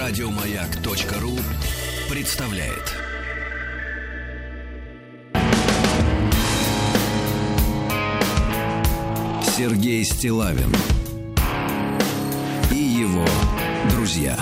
Радиомаяк.ру представляет. Сергей Стиллавин и его друзья.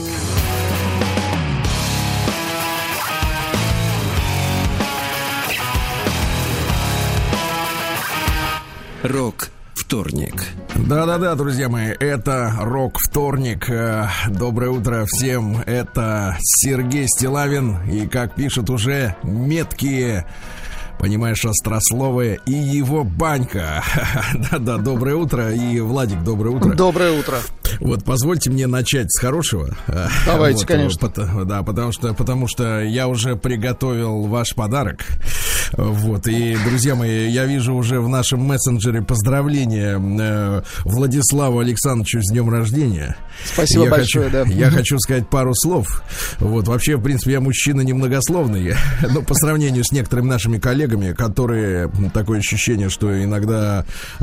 Рок-вторник. Да-да-да, друзья мои, это Рок-вторник. Доброе утро всем. Это Сергей Стиллавин и, как пишут уже меткие, понимаешь, острословые, и его банька. Да-да, доброе утро. И, Владик, доброе утро. Доброе утро. Вот, позвольте мне начать с хорошего. Давайте, вот, конечно. Да, потому что я уже приготовил ваш подарок. Вот, и, друзья мои, я вижу уже в нашем мессенджере поздравления Владиславу Александровичу с днем рождения. Спасибо большое, да. Я хочу сказать пару слов. Вот, вообще, в принципе, я мужчина немногословный, но по сравнению с некоторыми нашими коллегами, которые, такое ощущение, что иногда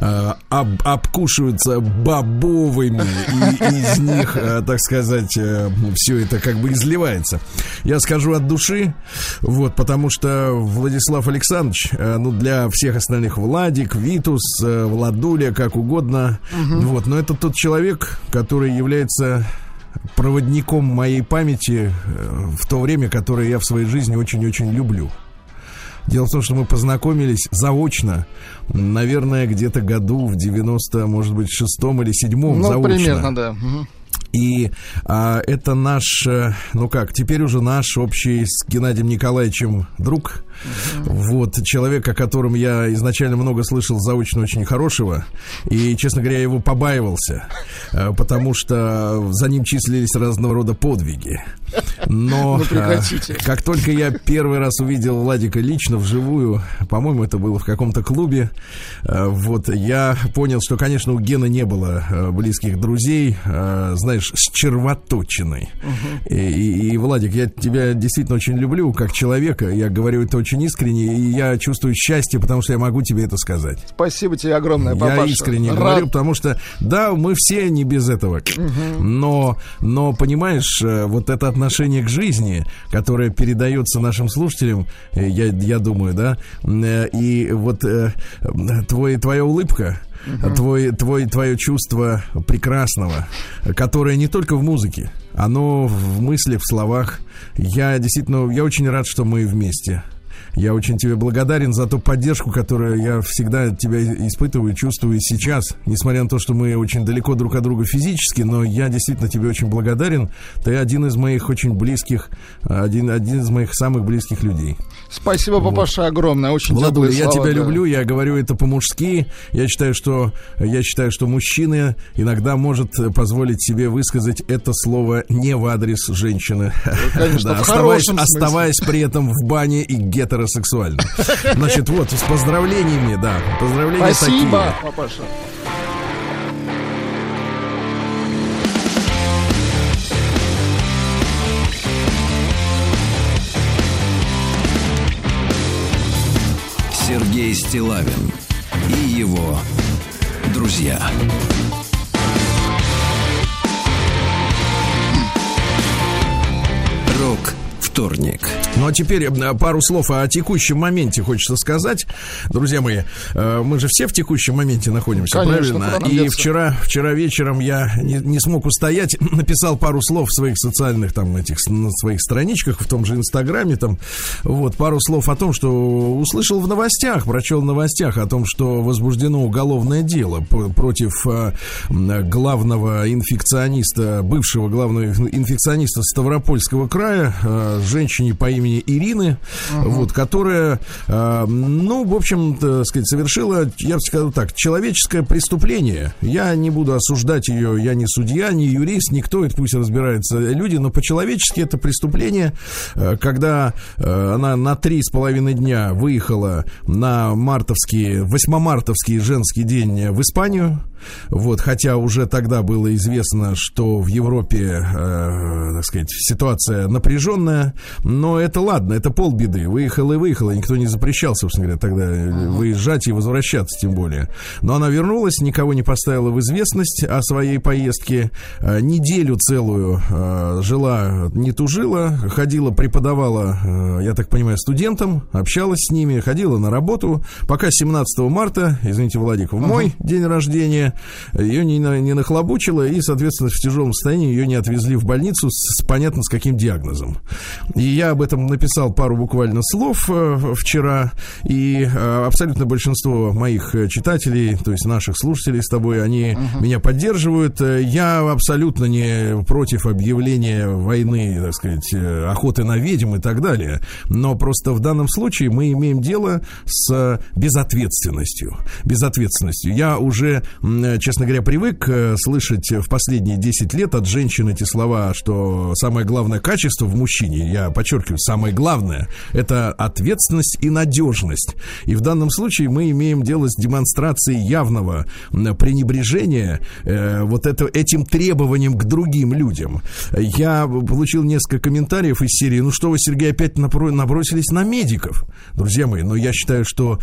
обкушиваются бобовыми, и из них, так сказать, все это как бы изливается. Я скажу от души, вот, потому что Владислав Александрович, ну, для всех остальных Владик, Витус, Владуля, как угодно, вот, но это тот человек, который является проводником моей памяти в то время, которое я в своей жизни очень-очень люблю. Дело в том, что мы познакомились заочно, наверное, где-то году в 90, может быть, 6-м или 7-м, ну, заочно. Примерно, да. И это наш, ну как, теперь уже наш общий с Геннадием Николаевичем друг. Вот, человек, о котором я изначально много слышал заочно очень хорошего. И, честно говоря, я его побаивался, потому что за ним числились разного рода подвиги. Но как только я первый раз увидел Владика лично, вживую, по-моему, это было в каком-то клубе, вот, я понял, что, конечно, у Гены не было близких друзей, знаешь, с червоточиной. И, Владик, я тебя действительно очень люблю как человека. Я говорю это очень искренне, и я чувствую счастье, потому что я могу тебе это сказать. Спасибо тебе огромное, папаша. Я искренне говорю, потому что, да, мы все не без этого. Но, понимаешь, вот это отношение к жизни, которое передается нашим слушателям, я думаю, да, и вот твоя улыбка, твое чувство прекрасного, которое не только в музыке, оно в мыслях, в словах. Я очень рад, что мы вместе. Я очень тебе благодарен за ту поддержку, которую я всегда от тебя испытываю, чувствую сейчас. Несмотря на то, что мы очень далеко друг от друга физически, но я действительно тебе очень благодарен. Ты один из моих очень близких, один из моих самых близких людей. Спасибо, папаша, огромное. Очень Владуля, теплые слова. Я тебя люблю, я говорю это по-мужски. Я считаю, что мужчина иногда может позволить себе высказать это слово не в адрес женщины. Конечно, да, оставаясь при этом в бане и гетеросексуальным. Значит, вот, с поздравлениями, да. Поздравления такие. Спасибо, папаша. Сергей Стиллавин и его друзья. Рок-вторник. Ну, а теперь пару слов о текущем моменте хочется сказать. Друзья мои, мы же все в текущем моменте находимся, конечно, правильно? И вчера вечером я не смог устоять, написал пару слов в своих социальных на своих страничках, в том же Инстаграме, вот, пару слов о том, что услышал в новостях, прочел в новостях о том, что возбуждено уголовное дело против главного инфекциониста, бывшего главного инфекциониста Ставропольского края, женщине по имени Ирины, вот, которая, в общем, так сказать, совершила, я бы сказал так, человеческое преступление. Я не буду осуждать ее, я не судья, не юрист, никто, это пусть разбираются люди, но по-человечески это преступление, когда она на 3,5 дня выехала на 8-мартовский женский день в Испанию. Вот, хотя уже тогда было известно, что в Европе, так сказать, ситуация напряженная, но это ладно, это полбеды. Выехала и выехала, никто не запрещал, собственно говоря, тогда выезжать и возвращаться, тем более. Но она вернулась, никого не поставила в известность о своей поездке. Неделю целую жила, не тужила, ходила, преподавала, я так понимаю, студентам, общалась с ними, ходила на работу, пока 17 марта, извините, Владик, в мой день рождения, ее не нахлобучило, и, соответственно, в тяжелом состоянии ее не отвезли в больницу понятно с каким диагнозом. И я об этом написал пару буквально слов вчера, и абсолютно большинство моих читателей, то есть наших слушателей с тобой, они меня поддерживают. Я абсолютно не против объявления войны, так сказать, охоты на ведьм и так далее, но просто в данном случае мы имеем дело с безответственностью. Я уже, честно говоря, привык слышать в последние 10 лет от женщин эти слова, что самое главное качество в мужчине, я подчеркиваю, самое главное, это ответственность и надежность. И в данном случае мы имеем дело с демонстрацией явного пренебрежения этим требованием к другим людям. Я получил несколько комментариев из серии: ну что вы, Сергей, опять набросились на медиков? Друзья мои, но я считаю, что,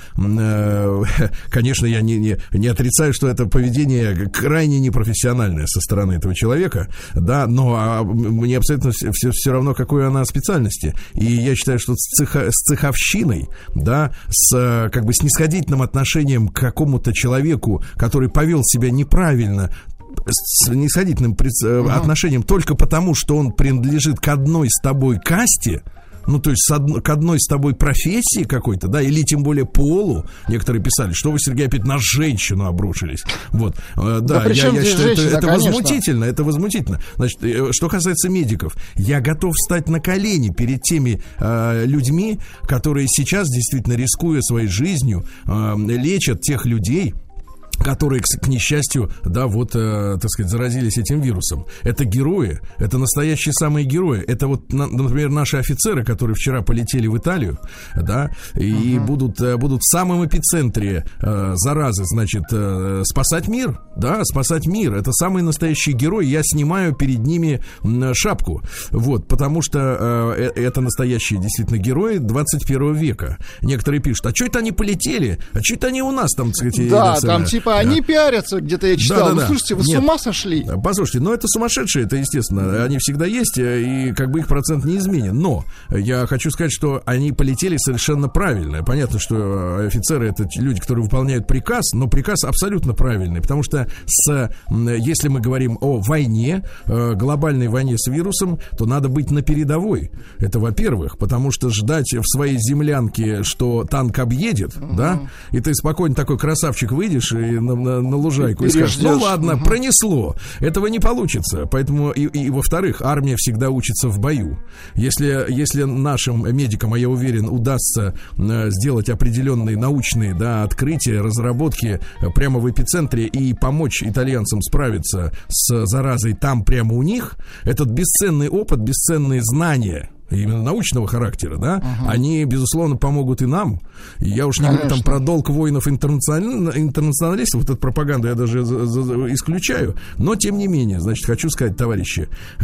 конечно, я не отрицаю, что это поведение крайне непрофессиональное со стороны этого человека, да, но мне абсолютно все равно, какой она специальности. И я считаю, что с цеховщиной, да, с как бы снисходительным отношением к какому-то человеку, который повел себя неправильно, с снисходительным отношением только потому, что он принадлежит к одной с тобой касте, ну, то есть к одной с тобой профессии какой-то, да, или тем более полу. Некоторые писали, что вы, Сергей, опять на женщину обрушились. Вот, да, я считаю, это возмутительно, это возмутительно. Значит, что касается медиков, я готов встать на колени перед теми людьми, которые сейчас, действительно рискуя своей жизнью, лечат тех людей, которые, к несчастью, да, вот, так сказать, заразились этим вирусом. Это герои, это настоящие самые герои. Это вот, например, наши офицеры, которые вчера полетели в Италию, да, и будут в самом эпицентре заразы, значит, спасать мир, да, спасать мир. Это самые настоящие герои. Я снимаю перед ними шапку, вот, потому что это настоящие, действительно, герои 21 века. Некоторые пишут: а что это они полетели? А что это они у нас там, так сказать, да, там типа они пиарятся, где-то я читал. Да. Слушайте, вы с ума сошли? Послушайте, это сумасшедшие, это естественно, они всегда есть, и как бы их процент не изменен. Но я хочу сказать, что они полетели совершенно правильно. Понятно, что офицеры — это люди, которые выполняют приказ, но приказ абсолютно правильный, потому что если мы говорим о войне, глобальной войне с вирусом, то надо быть на передовой. Это, во-первых, потому что ждать в своей землянке, что танк объедет, да, и ты спокойно такой красавчик выйдешь и на лужайку и скажешь: ну ладно, пронесло. Этого не получится. Поэтому и во-вторых, армия всегда учится в бою. Если нашим медикам, а я уверен, удастся сделать определенные научные, да, открытия, разработки прямо в эпицентре и помочь итальянцам справиться с заразой там, прямо у них, этот бесценный опыт, бесценные знания, именно научного характера, да, они, безусловно, помогут и нам. Я уж не говорю там про долг воинов-интернационалистов, вот эту пропаганду я даже исключаю, но тем не менее, значит, хочу сказать, товарищи,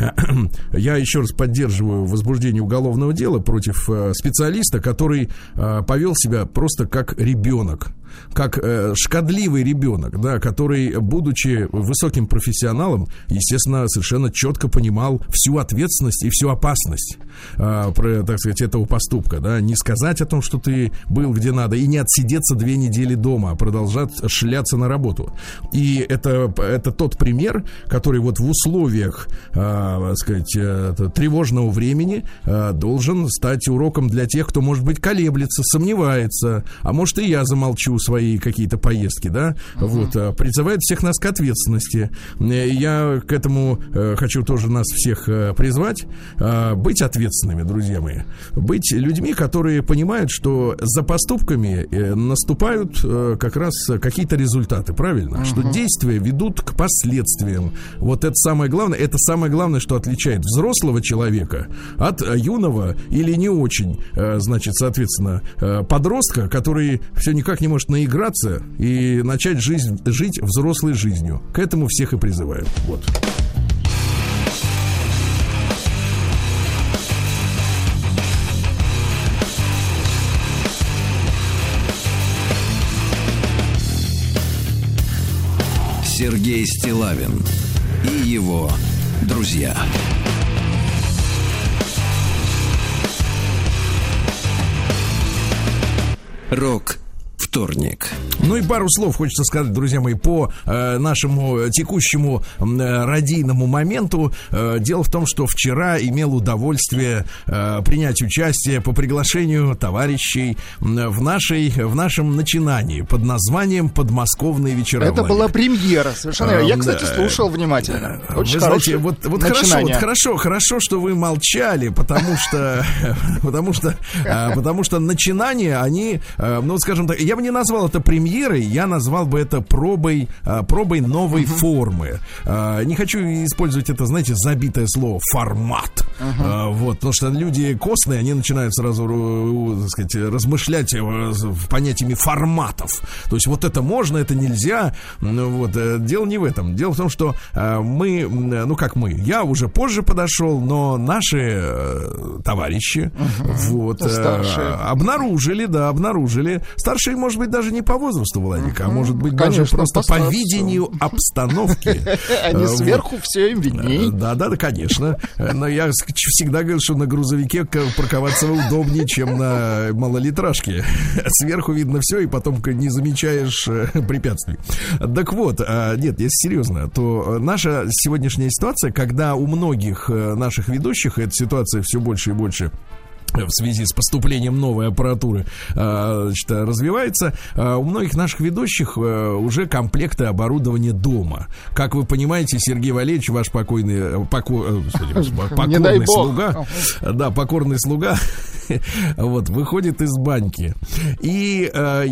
я еще раз поддерживаю возбуждение уголовного дела против специалиста, который повел себя просто как ребенок, как шкодливый ребенок, да, который, будучи высоким профессионалом, естественно, совершенно четко понимал всю ответственность и всю опасность, так сказать, этого поступка, да, не сказать о том, что ты был где надо, и не отсидеться 2 недели дома, а продолжать шляться на работу. И это тот пример, который вот в условиях, так сказать, тревожного времени должен стать уроком для тех, кто, может быть, колеблется, сомневается, а может, и я замолчу свои какие-то поездки, да, вот, призывает всех нас к ответственности. Я к этому хочу тоже нас всех призвать, быть ответственными, друзья мои, быть людьми, которые понимают, что за поступками наступают как раз какие-то результаты, правильно? Что действия ведут к последствиям. Вот это самое главное, что отличает взрослого человека от юного или не очень, значит, соответственно, подростка, который все никак не может может наиграться и начать жить взрослой жизнью. К этому всех и призываю. Вот. Сергей Стиллавин и его друзья. Рок-вторник. Ну и пару слов хочется сказать, друзья мои, по нашему текущему радийному моменту. Дело в том, что вчера имел удовольствие принять участие по приглашению товарищей в нашем начинании под названием «Подмосковные вечера». Это была премьера, совершенно. Я, кстати, слушал внимательно. Очень хорошее начинание. Хорошо, что вы молчали, потому что начинания, они, ну, скажем так, я бы не назвал это премьерой, я назвал бы это пробой новой формы. Не хочу использовать это, знаете, забитое слово «формат». Вот, потому что люди костные, они начинают сразу, так сказать, размышлять понятиями форматов. То есть вот это можно, это нельзя. Вот, дело не в этом. Дело в том, что я уже позже подошел, но наши товарищи обнаружили. Старшие, может быть, даже не по возрасту, Владика, а может быть, даже просто по видению обстановки. Они сверху все им видней. Да, конечно. Но я всегда говорил, что на грузовике парковаться удобнее, чем на малолитражке. Сверху видно все, и потом не замечаешь препятствий. Так вот, нет, если серьезно, то наша сегодняшняя ситуация, когда у многих наших ведущих эта ситуация все больше и больше в связи с поступлением новой аппаратуры, значит, развивается. У многих наших ведущих уже комплекты оборудования дома. Как вы понимаете, Сергей Валерьевич, ваш покорный слуга, вот, выходит из баньки. И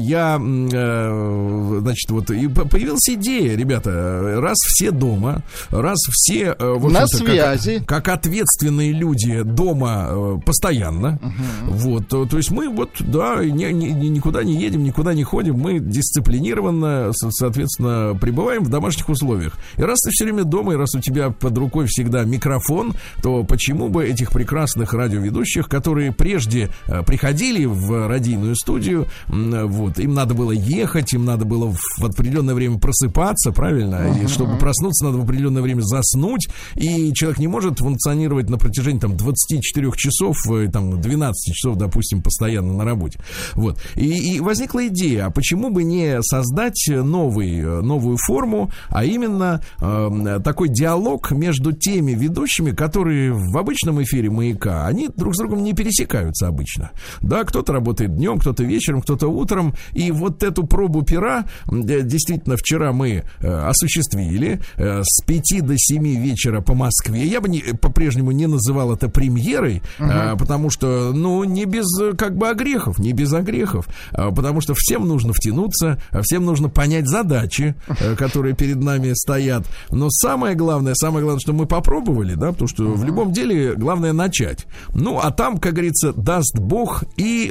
и появилась идея, ребята, раз все дома, раз все, в на связи, как ответственные люди дома постоянно, вот, то есть мы никуда не едем, никуда не ходим, мы дисциплинированно, соответственно, пребываем в домашних условиях. И раз ты все время дома, и раз у тебя под рукой всегда микрофон, то почему бы этих прекрасных радиоведущих, которые прежде приходили в радийную студию, вот, им надо было ехать, им надо было в определенное время просыпаться, правильно? И чтобы проснуться, надо в определенное время заснуть, и человек не может функционировать на протяжении 24 часов, 12 часов, допустим, постоянно на работе. Вот. И возникла идея, а почему бы не создать новую форму, а именно такой диалог между теми ведущими, которые в обычном эфире «Маяка», они друг с другом не пересекаются обычно. Да, кто-то работает днем, кто-то вечером, кто-то утром, и вот эту пробу пера действительно вчера мы осуществили с 5 до 7 вечера по Москве. Я бы по-прежнему не называл это премьерой, потому что, не без огрехов, потому что всем нужно втянуться, всем нужно понять задачи, которые перед нами стоят. Но самое главное, что мы попробовали, да, потому что в любом деле главное начать. А там, как говорится, даст Бог, и,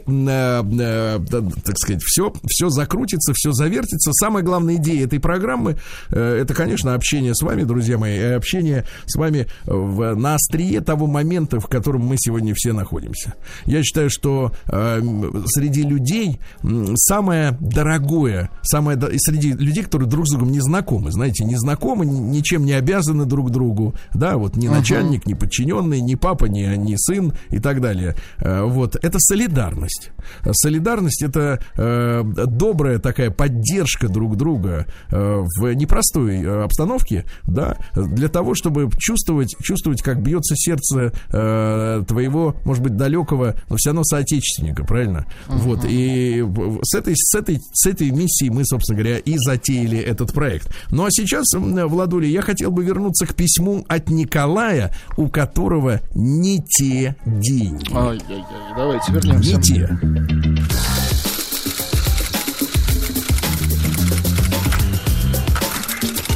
так сказать, все закрутится, все завертится. Самая главная идея этой программы это, конечно, общение с вами, друзья мои, общение с вами на острие того момента, в котором мы сегодня все находимся. Я считаю, что среди людей самое дорогое, среди людей, которые друг с другом не знакомы, знаете, не знакомы, ничем не обязаны друг другу, да, вот ни начальник, ни подчиненный, ни папа, ни сын и так далее. Вот, это солидарность. Солидарность — это добрая такая поддержка друг друга в непростой обстановке, да, для того, чтобы чувствовать, как бьется сердце твоего, может быть, далекого, но все равно соотечественника, правильно? Вот, и с этой миссией мы, собственно говоря, и затеяли этот проект. Ну, а сейчас, Владуля, я хотел бы вернуться к письму от Николая, у которого не те деньги. Давайте вернемся. Не те.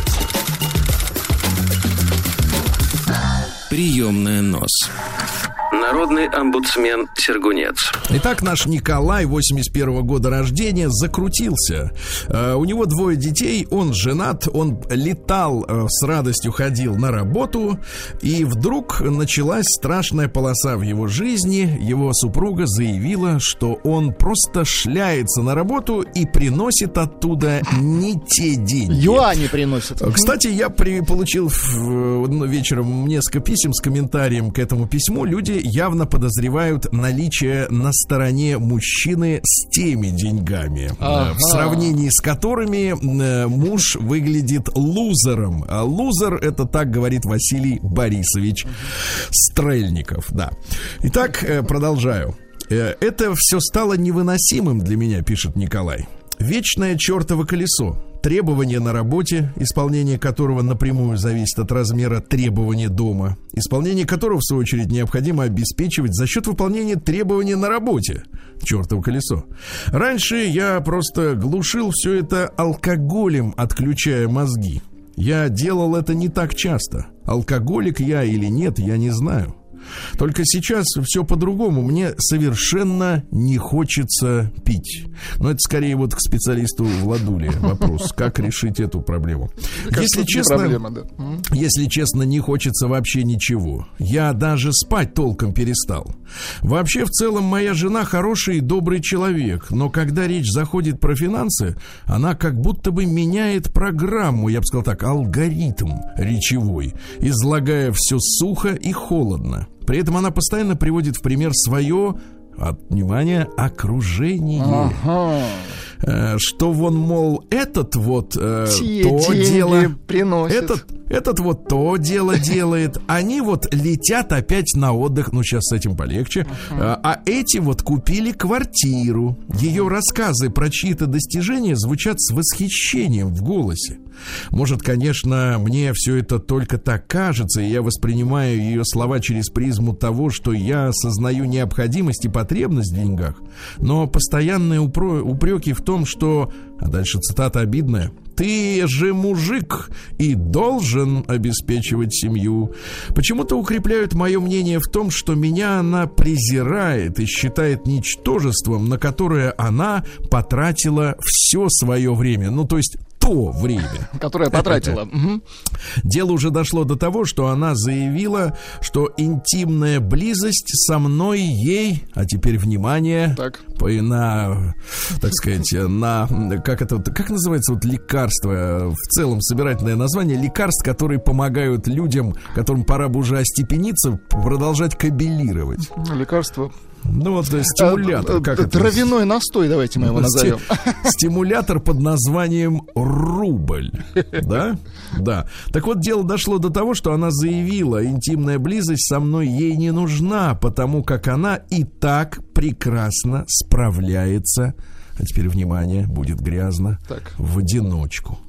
Приемная нос. Народный омбудсмен Сергунец. Итак, наш Николай, 81-го года рождения, закрутился. У него 2 детей, он женат, он летал, с радостью ходил на работу, и вдруг началась страшная полоса в его жизни. Его супруга заявила, что он просто шляется на работу и приносит оттуда не те деньги. Юани приносит. Кстати, я получил вечером несколько писем с комментарием к этому письму. Люди явно подозревают наличие на стороне мужчины с теми деньгами, в сравнении с которыми муж выглядит лузером. А лузер — это так говорит Василий Борисович Стрельников. Да. Итак, продолжаю. Это все стало невыносимым для меня, пишет Николай. Вечное чертово колесо. Требования на работе, исполнение которого напрямую зависит от размера требований дома, исполнение которого, в свою очередь, необходимо обеспечивать за счет выполнения требований на работе. Чертово колесо. Раньше я просто глушил все это алкоголем, отключая мозги. Я делал это не так часто. Алкоголик я или нет, я не знаю. Только сейчас все по-другому. Мне совершенно не хочется пить. Но это скорее вот к специалисту Владуле вопрос. Как решить эту проблему? Если честно, не хочется вообще ничего. Я даже спать толком перестал. Вообще, в целом, моя жена хороший и добрый человек. Но когда речь заходит про финансы, она как будто бы меняет программу, я бы сказал так, алгоритм речевой, излагая все сухо и холодно. При этом она постоянно приводит в пример свое, внимание, окружение. Что вон, мол, этот вот то дело приносит. Этот вот то дело делает. Они вот летят опять на отдых. Ну, сейчас с этим полегче. А эти вот купили квартиру. Ее рассказы про чьи-то достижения звучат с восхищением в голосе. Может, конечно, мне все это только так кажется, и я воспринимаю ее слова через призму того, что я осознаю необходимость и потребность в деньгах. Но постоянные упреки в том, что... А дальше цитата обидная. «Ты же мужик и должен обеспечивать семью». Почему-то укрепляют мое мнение в том, что меня она презирает и считает ничтожеством, на которое она потратила все свое время. Ну, то есть то время, которое потратила. Дело уже дошло до того, что она заявила, что интимная близость со мной ей, а теперь внимание, так сказать, как называется вот лекарство, в целом собирательное название, лекарств, которые помогают людям, которым пора бы уже остепениться, продолжать кабелировать. Лекарство. Ну вот, стимулятор. Травяной настой, давайте мы его назовем. Стимулятор под названием рубль. Да? Да. Так вот, дело дошло до того, что она заявила, интимная близость со мной ей не нужна, потому как она и так прекрасно справляется. А теперь, внимание, будет грязно. Так. В одиночку.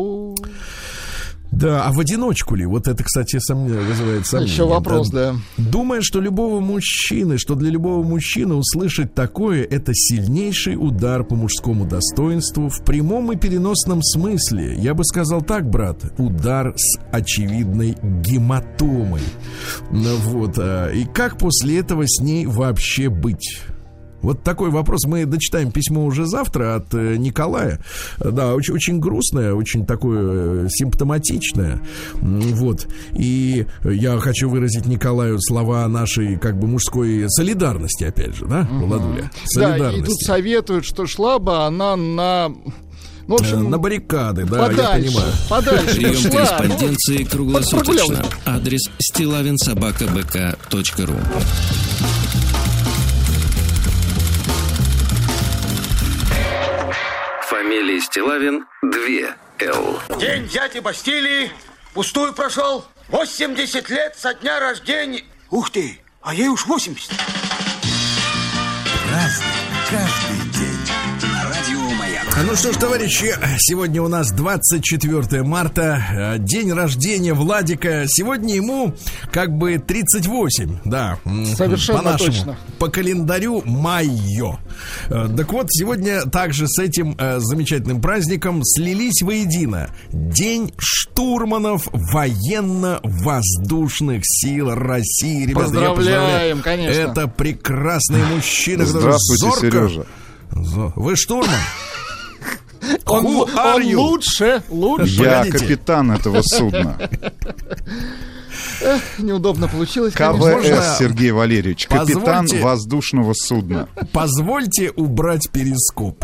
Да, а в одиночку ли? Вот это, кстати, вызывает сомнение. Еще вопрос, да. Думаю, что для любого мужчины услышать такое — это сильнейший удар по мужскому достоинству в прямом и переносном смысле. Я бы сказал так, брат, удар с очевидной гематомой. Вот. И как после этого с ней вообще быть? Вот такой вопрос. Мы дочитаем письмо уже завтра от Николая. Да, очень, очень грустное, очень такое симптоматичное. Вот. И я хочу выразить Николаю слова нашей как бы мужской солидарности, опять же, да, Владуля? Да, и тут советуют, что шла бы она на... В общем, на баррикады, да, подальше, я понимаю. Подальше. Прием корреспонденции круглосуточно. Адрес stilavin@bk.ru. Фамилия Стилавин 2Л. День дяди Бастилии пустую прошел. 80 лет со дня рождения. Ух ты, а ей уж 80. Разный каждый день. На радио Маяк. Ну что ж, товарищи, сегодня у нас 24 марта, день рождения Владика. Сегодня ему как бы 38, да. Совершенно по-нашему, точно. по календарю майо. Так вот, сегодня также с этим замечательным праздником слились воедино День штурманов военно-воздушных сил России. Ребята, поздравляем, конечно. Это прекрасные мужчины. Здравствуйте, Сережа. Вы штурман? Он лучше. Я капитан этого судна. Неудобно получилось. КВС Сергей Валерьевич, капитан Позвольте... воздушного судна. Позвольте убрать перископ.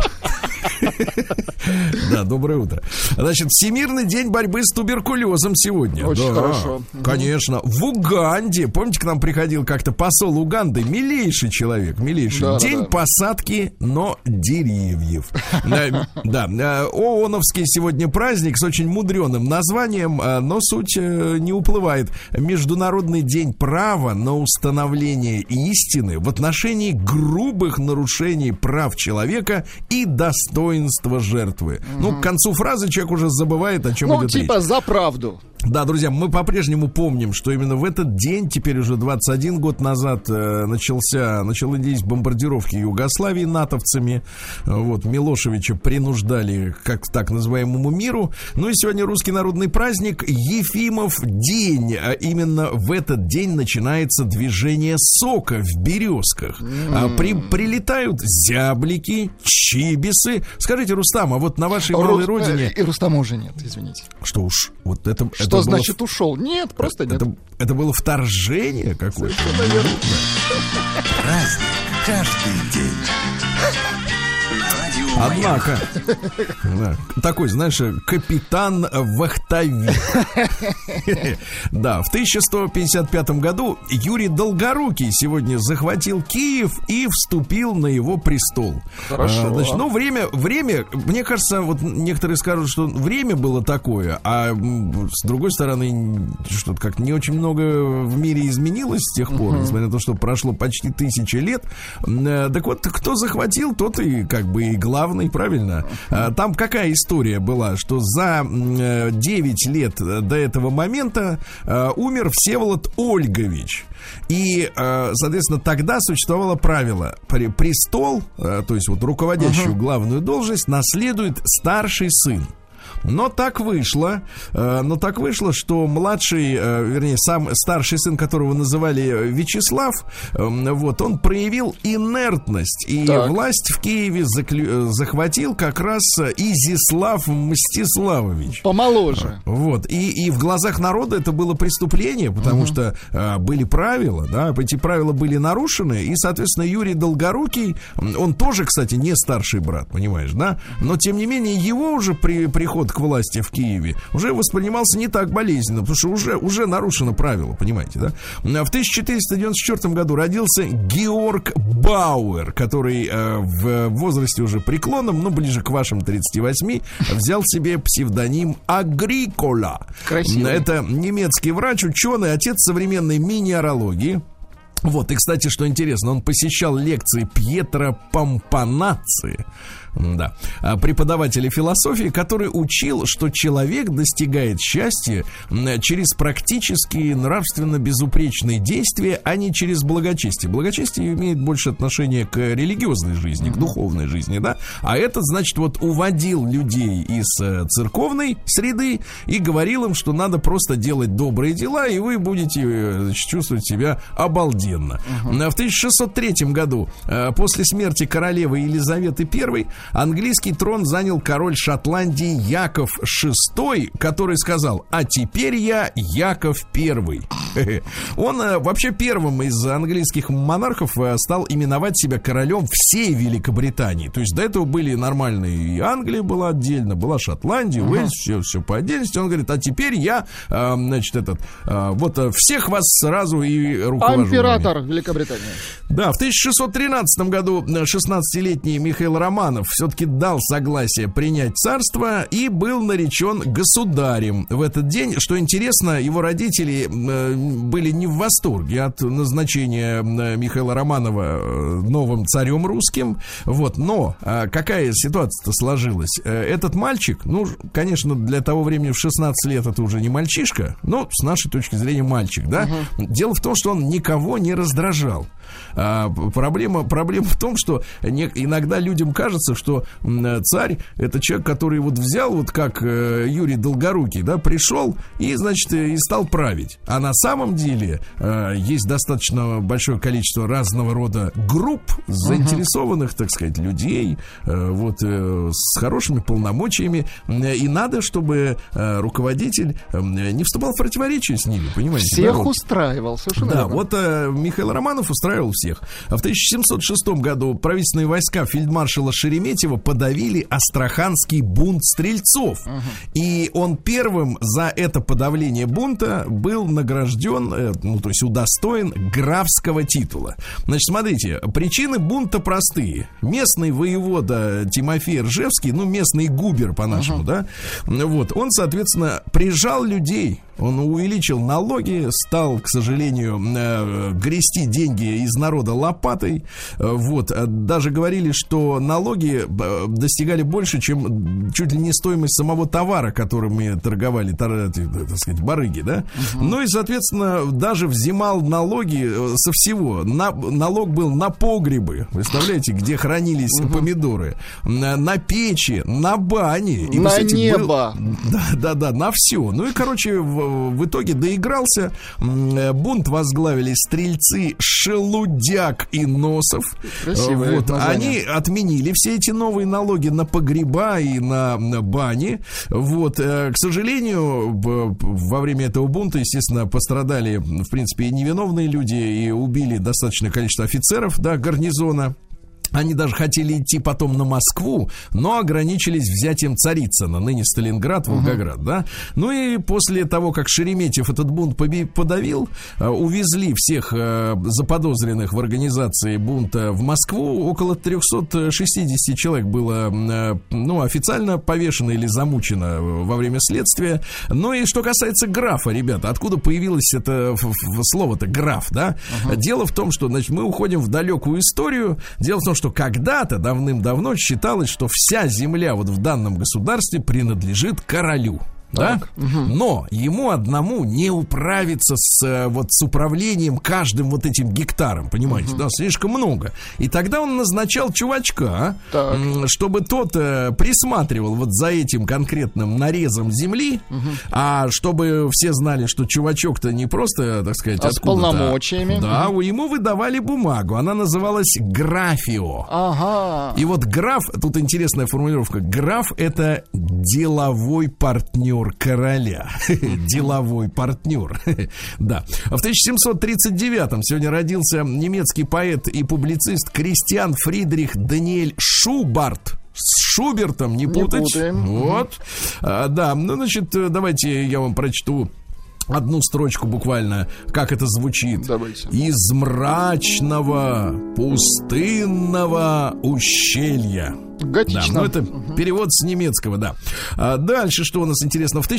Да, доброе утро. Значит, Всемирный день борьбы с туберкулезом сегодня. Очень хорошо. Конечно. В Уганде, помните, к нам приходил как-то посол Уганды, милейший человек, милейший. День посадки, но деревьев. Да, ООНовский сегодня праздник с очень мудреным названием, но суть не уплывает. Международный день права на установление истины в отношении грубых нарушений прав человека и достоинства жертвы. Ну, к концу фразы человек уже забывает, о чем идет речь. Ну, типа за правду. Да, друзья, мы по-прежнему помним, что именно в этот день, теперь уже 21 год назад, начались бомбардировки Югославии натовцами. Вот, Милошевича принуждали к так называемому миру. Ну и сегодня русский народный праздник Ефимов день. А именно в этот день начинается движение сока в березках. Прилетают зяблики, чибисы. Скажите, Рустам, а вот на вашей малой родине... И Рустама уже нет, извините. Что уж, вот это... Что значит ушел? Нет, просто нет. Это было вторжение какое-то. Праздник каждый день. Однако, такой, знаешь, капитан-вахтовик. Да, в 1155 году Юрий Долгорукий сегодня захватил Киев и вступил на его престол. Хорошо. Значит, ну, время, мне кажется, вот некоторые скажут, что время было такое, а с другой стороны, что-то как-то не очень много в мире изменилось с тех пор, несмотря на то, что прошло почти 1000 лет. Так вот, кто захватил, тот и как бы и главный, правильно? Там какая история была, что за 9 лет до этого момента умер Всеволод Ольгович. И, соответственно, тогда существовало правило: престол, то есть вот руководящую главную должность, наследует старший сын. Но так вышло, что младший, вернее, сам старший сын, которого называли Вячеслав, вот, он проявил инертность, и власть в Киеве захватил как раз Изяслав Мстиславович. Помоложе. Вот, и в глазах народа это было преступление, потому что были правила, да, эти правила были нарушены, и, соответственно, Юрий Долгорукий, он тоже, кстати, не старший брат, понимаешь, да, но, тем не менее, его уже приход к власти в Киеве уже воспринимался не так болезненно, потому что уже нарушено правило, понимаете, да? В 1494 году родился Георг Бауэр, который в возрасте уже преклонном, но ближе к вашим 38, взял себе псевдоним Агрикола. Красиво. Это немецкий врач, ученый, отец современной минералогии. Вот, и, кстати, что интересно, он посещал лекции Пьетро Помпанацци, да, преподавателя философии, который учил, что человек достигает счастья через практические нравственно-безупречные действия, а не через благочестие. Благочестие имеет больше отношения к религиозной жизни, к духовной жизни, да, а этот, значит, вот уводил людей из церковной среды и говорил им, что надо просто делать добрые дела, и вы будете, значит, чувствовать себя обалденно. В 1603 году, после смерти королевы Елизаветы I, английский трон занял король Шотландии Яков VI, который сказал: а теперь я Яков I. Он вообще первым из английских монархов стал именовать себя королем всей Великобритании. То есть до этого были нормальные, и Англия была отдельно, была Шотландия, Уэльс, все по отдельности. Он говорит: а теперь я, значит, вот всех вас сразу и руковожу. Император Великобритании. Да, в 1613 году 16-летний Михаил Романов все-таки дал согласие принять царство и был наречен государем в этот день. Что интересно, его родители были не в восторге от назначения Михаила Романова новым царем русским. Вот, но какая ситуация-то сложилась? Этот мальчик, ну, конечно, для того времени в 16 лет это уже не мальчишка, но с нашей точки зрения мальчик, да? Дело в том, что он никого не раздражал. Проблема в том, что иногда людям кажется, что царь — это человек, который вот взял, вот как Юрий Долгорукий, да, пришел и, значит, и стал править. А на самом деле есть достаточно большое количество разного рода групп заинтересованных, так сказать, людей, вот, с хорошими полномочиями, и надо, чтобы руководитель не вступал в противоречие с ними, понимаете? Всех устраивал, совершенно да, верно. вот Михаил Романов устраивал всех. В 1706 году правительственные войска фельдмаршала Шереметьева подавили Астраханский бунт стрельцов. И он первым за это подавление бунта был награжден, ну, то есть удостоен графского титула. Значит, смотрите, причины бунта простые. Местный воевода Тимофей Ржевский, ну, местный губер по-нашему, да, вот, он, соответственно, прижал людей, он увеличил налоги, стал, к сожалению, грести деньги из народа лопатой. Вот. Даже говорили, что налоги достигали больше, чем чуть ли не стоимость самого товара, которыми торговали, так сказать, барыги, да? Ну и, соответственно, даже взимал налоги со всего. Налог был на погребы, представляете, где хранились помидоры, на печи, на бани. И, на небо. Да, на все. Ну и, короче, в итоге доигрался. Бунт возглавили стрельцы Шелудяк и Носов. Красивое вот. Они отменили все эти новые налоги на погреба и на бани. Вот. К сожалению, во время этого бунта, естественно, пострадали, в принципе, и невиновные люди, и убили достаточное количество офицеров, да, гарнизона. Они даже хотели идти потом на Москву, но ограничились взятием Царицына, ныне Сталинград, Волгоград, да. Ну и после того, как Шереметьев этот бунт подавил, увезли всех заподозренных в организации бунта в Москву. Около 360 человек было, ну, официально повешено или замучено во время следствия. Ну и что касается графа, ребята, откуда появилось это слово-то граф, да? Дело в том, что, значит, мы уходим в далекую историю. Дело в том, что когда-то, давным-давно считалось, что вся земля вот в данном государстве принадлежит королю. Да? Но ему одному не управиться с управлением каждым вот этим гектаром, понимаете, да, слишком много. И тогда он назначал чувачка, чтобы тот присматривал вот за этим конкретным нарезом земли, а чтобы все знали, что чувачок-то не просто, так сказать, с полномочиями. Да, ему выдавали бумагу, она называлась графио. И вот граф, тут интересная формулировка, граф — это деловой партнер короля. Деловой партнер. Да. В 1739-м сегодня родился немецкий поэт и публицист Кристиан Фридрих Даниэль Шубарт. С Шубертом не путать. Вот. Да, ну, значит, давайте я вам прочту одну строчку буквально, как это звучит. Давайте. Из мрачного пустынного ущелья. Готично. Да, ну это перевод с немецкого, да. Дальше, что у нас интересно. В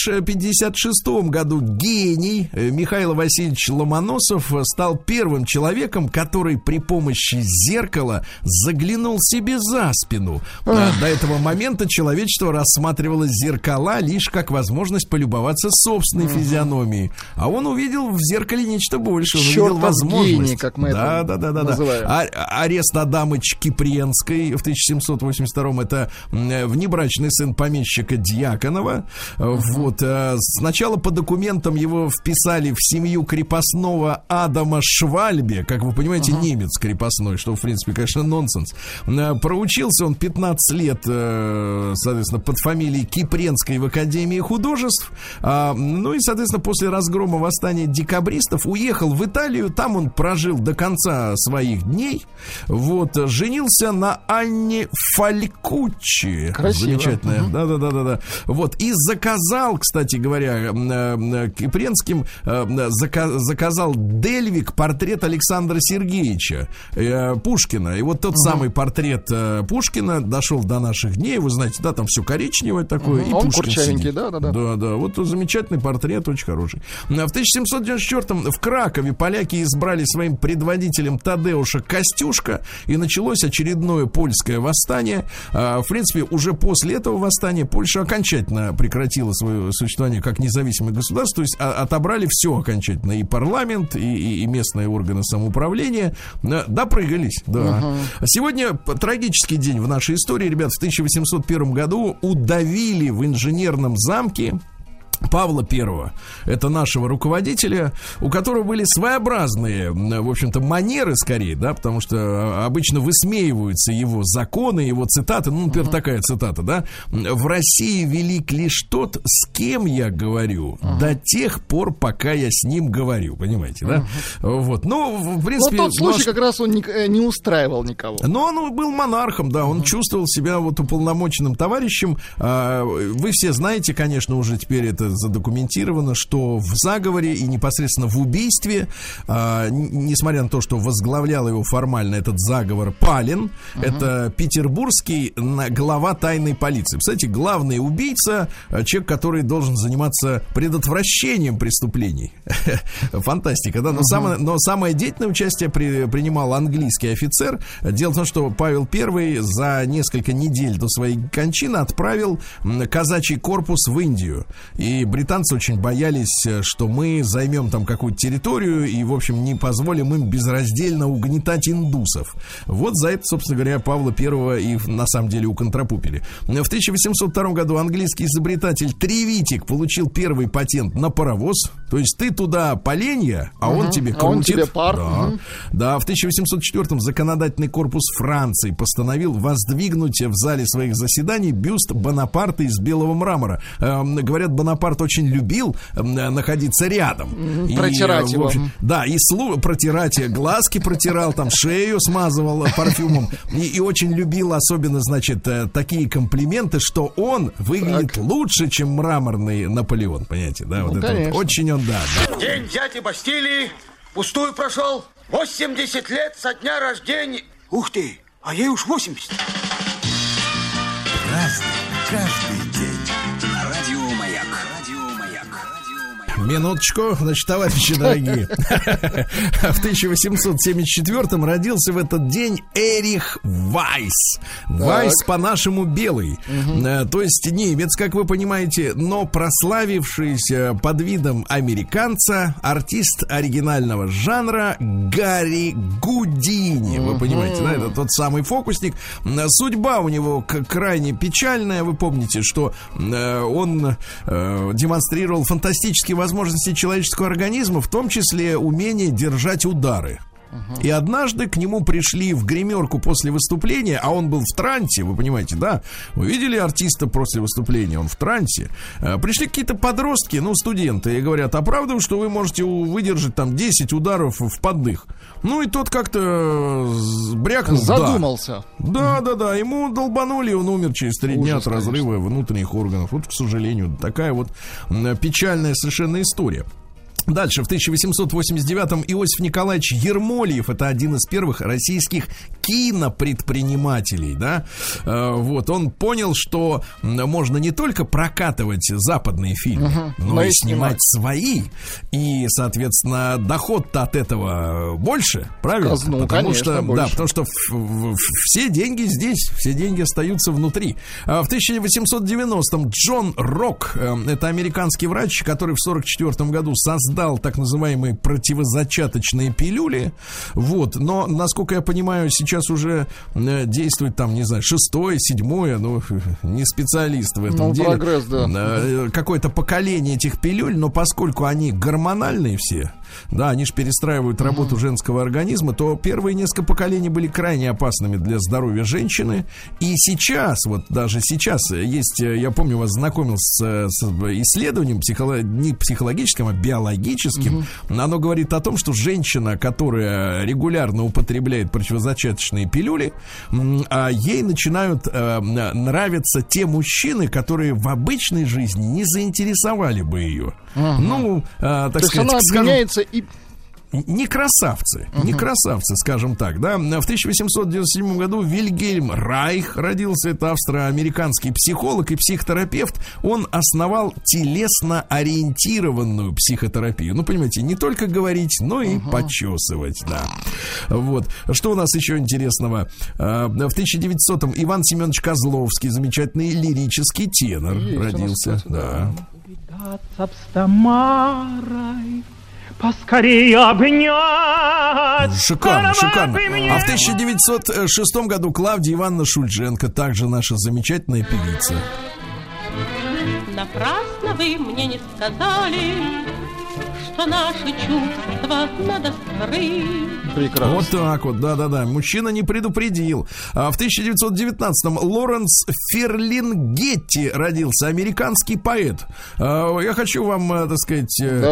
1756 году гений Михаил Васильевич Ломоносов стал первым человеком, который при помощи зеркала заглянул себе за спину. До этого момента человечество рассматривало зеркала лишь как возможность полюбоваться собственной физиономией. А он увидел в зеркале нечто большее. Он увидел возможность. Гений, как мы это называем. Арест Адамыч Кипренской в 1782-м, это внебрачный сын помещика Дьяконова. Вот. Сначала по документам его вписали в семью крепостного Адама Швальбе. Как вы понимаете, немец крепостной, что, в принципе, конечно, нонсенс. Проучился он 15 лет, соответственно, под фамилией Кипренской в Академии художеств. Ну и, соответственно, после разгрома восстания декабристов уехал в Италию. Там он прожил до конца своих дней. Вот. Женился на Анне Фалькуччи. Красиво. Замечательная. Да. Вот. И заказал, кстати говоря, Кипренским заказал Дельвик портрет Александра Сергеевича Пушкина. И вот тот самый портрет Пушкина дошел до наших дней. Вы знаете, да, там все коричневое такое. И он Пушкин курчавенький, сидит. да. Да. Вот замечательный портрет, очень хороший. В 1794 в Кракове поляки избрали своим предводителем Тадеуша Костюшка, и началось очередное польское восстание. В принципе, уже после этого восстания Польша окончательно прекратила свое существование как независимое государство, то есть отобрали все окончательно, и парламент, и местные органы самоуправления. Допрыгались, да. Сегодня трагический день в нашей истории, ребят. В 1801 году удавили в инженерном замке Павла I, это нашего руководителя, у которого были своеобразные, в общем-то, манеры скорее, да, потому что обычно высмеиваются его законы, его цитаты, ну, например, такая цитата, да: «В России велик лишь тот, с кем я говорю, до тех пор, пока я с ним говорю», понимаете, да? Вот, ну, в принципе... Но тот случай как раз он не устраивал никого. Но он был монархом, да, он чувствовал себя вот уполномоченным товарищем. Вы все знаете, конечно, уже теперь это задокументировано, что в заговоре и непосредственно в убийстве, несмотря на то, что возглавлял его формально этот заговор Палин, это петербургский глава тайной полиции. Кстати, главный убийца, человек, который должен заниматься предотвращением преступлений. Фантастика, да? Но самое деятельное участие принимал английский офицер. Дело в том, что Павел I за несколько недель до своей кончины отправил казачий корпус в Индию. И британцы очень боялись, что мы займем там какую-то территорию и, в общем, не позволим им безраздельно угнетать индусов. Вот за это, собственно говоря, Павла I и на самом деле уконтрапупили. В 1802 году английский изобретатель Тревитик получил первый патент на паровоз. То есть ты туда поленья, а он тебе крутит. Он тебе пар. Да, в 1804 законодательный корпус Франции постановил воздвигнуть в зале своих заседаний бюст Бонапарта из белого мрамора. Говорят, Бонапарт очень любил находиться рядом. Протирать его. Да, и протирать, глазки протирал, там шею смазывал парфюмом. И очень любил особенно, значит, такие комплименты, что он выглядит лучше, чем мраморный Наполеон. Понимаете, да? Вот это вот. Очень он, да. День дяди Бастилии пустую прошел. 80 лет со дня рождения. Ух ты, а ей уж 80. Разный, каждый день. Минуточку, значит, товарищи дорогие. В 1874 родился в этот день Эрих Вайс. Вайс по-нашему белый. То есть немец, как вы понимаете, но прославившийся под видом американца, артист оригинального жанра Гарри Гудини. Вы понимаете, да, это тот самый фокусник. Судьба у него крайне печальная. Вы помните, что он демонстрировал фантастические возможности человеческого организма, в том числе умение держать удары. И однажды к нему пришли в гримерку после выступления, а он был в трансе, вы понимаете, да? Вы видели артиста после выступления, он в трансе. Пришли какие-то подростки, ну, студенты, и говорят: а правда, что вы можете выдержать там 10 ударов в поддых? Ну, и тот как-то брякнул. Задумался. Да, ему долбанули, он умер через 3 дня от разрыва внутренних органов. Вот, к сожалению, такая вот печальная совершенно история. Дальше, в 1889-м Иосиф Николаевич Ермолиев, это один из первых российских кинопредпринимателей, да, вот, он понял, что можно не только прокатывать западные фильмы, но и снимать свои, и, соответственно, доход-то от этого больше, правильно? Ну, конечно, больше. Да, потому что все деньги здесь, все деньги остаются внутри. В 1890-м Джон Рок, это американский врач, который в 1944 году создал так называемые противозачаточные пилюли. Вот. Но, насколько я понимаю, сейчас уже действует там, не знаю, 6-е, 7-е, ну, не специалист в этом деле. Прогресс, да. Какое-то поколение этих пилюль, но поскольку они гормональные все, да, они же перестраивают работу женского организма, то первые несколько поколений были крайне опасными для здоровья женщины. И сейчас, вот даже сейчас есть, я помню, вас знакомил с исследованием не психологическим, а биологическим. Оно говорит о том, что женщина, которая регулярно употребляет противозачаточные пилюли, ей начинают нравиться те мужчины, которые в обычной жизни не заинтересовали бы ее. Ну, так сказать, она меняется и не красавцы, скажем так, да. В 1897 году Вильгельм Райх родился, это австро-американский психолог и психотерапевт. Он основал телесно-ориентированную психотерапию. Ну, понимаете, не только говорить, но и почесывать, да. Вот. Что у нас еще интересного? В 1900-м Иван Семенович Козловский, замечательный лирический тенор, родился, да. Поскорее обнять. Шикарно. А в 1906 году Клавдия Ивановна Шульженко, также наша замечательная певица. Напрасно вы мне не сказали, что наши чувства надо скрыть. Прекрасно. Вот так вот, да. Мужчина не предупредил. В 1919-м Лоренс Ферлингетти родился, американский поэт. Я хочу вам, так сказать,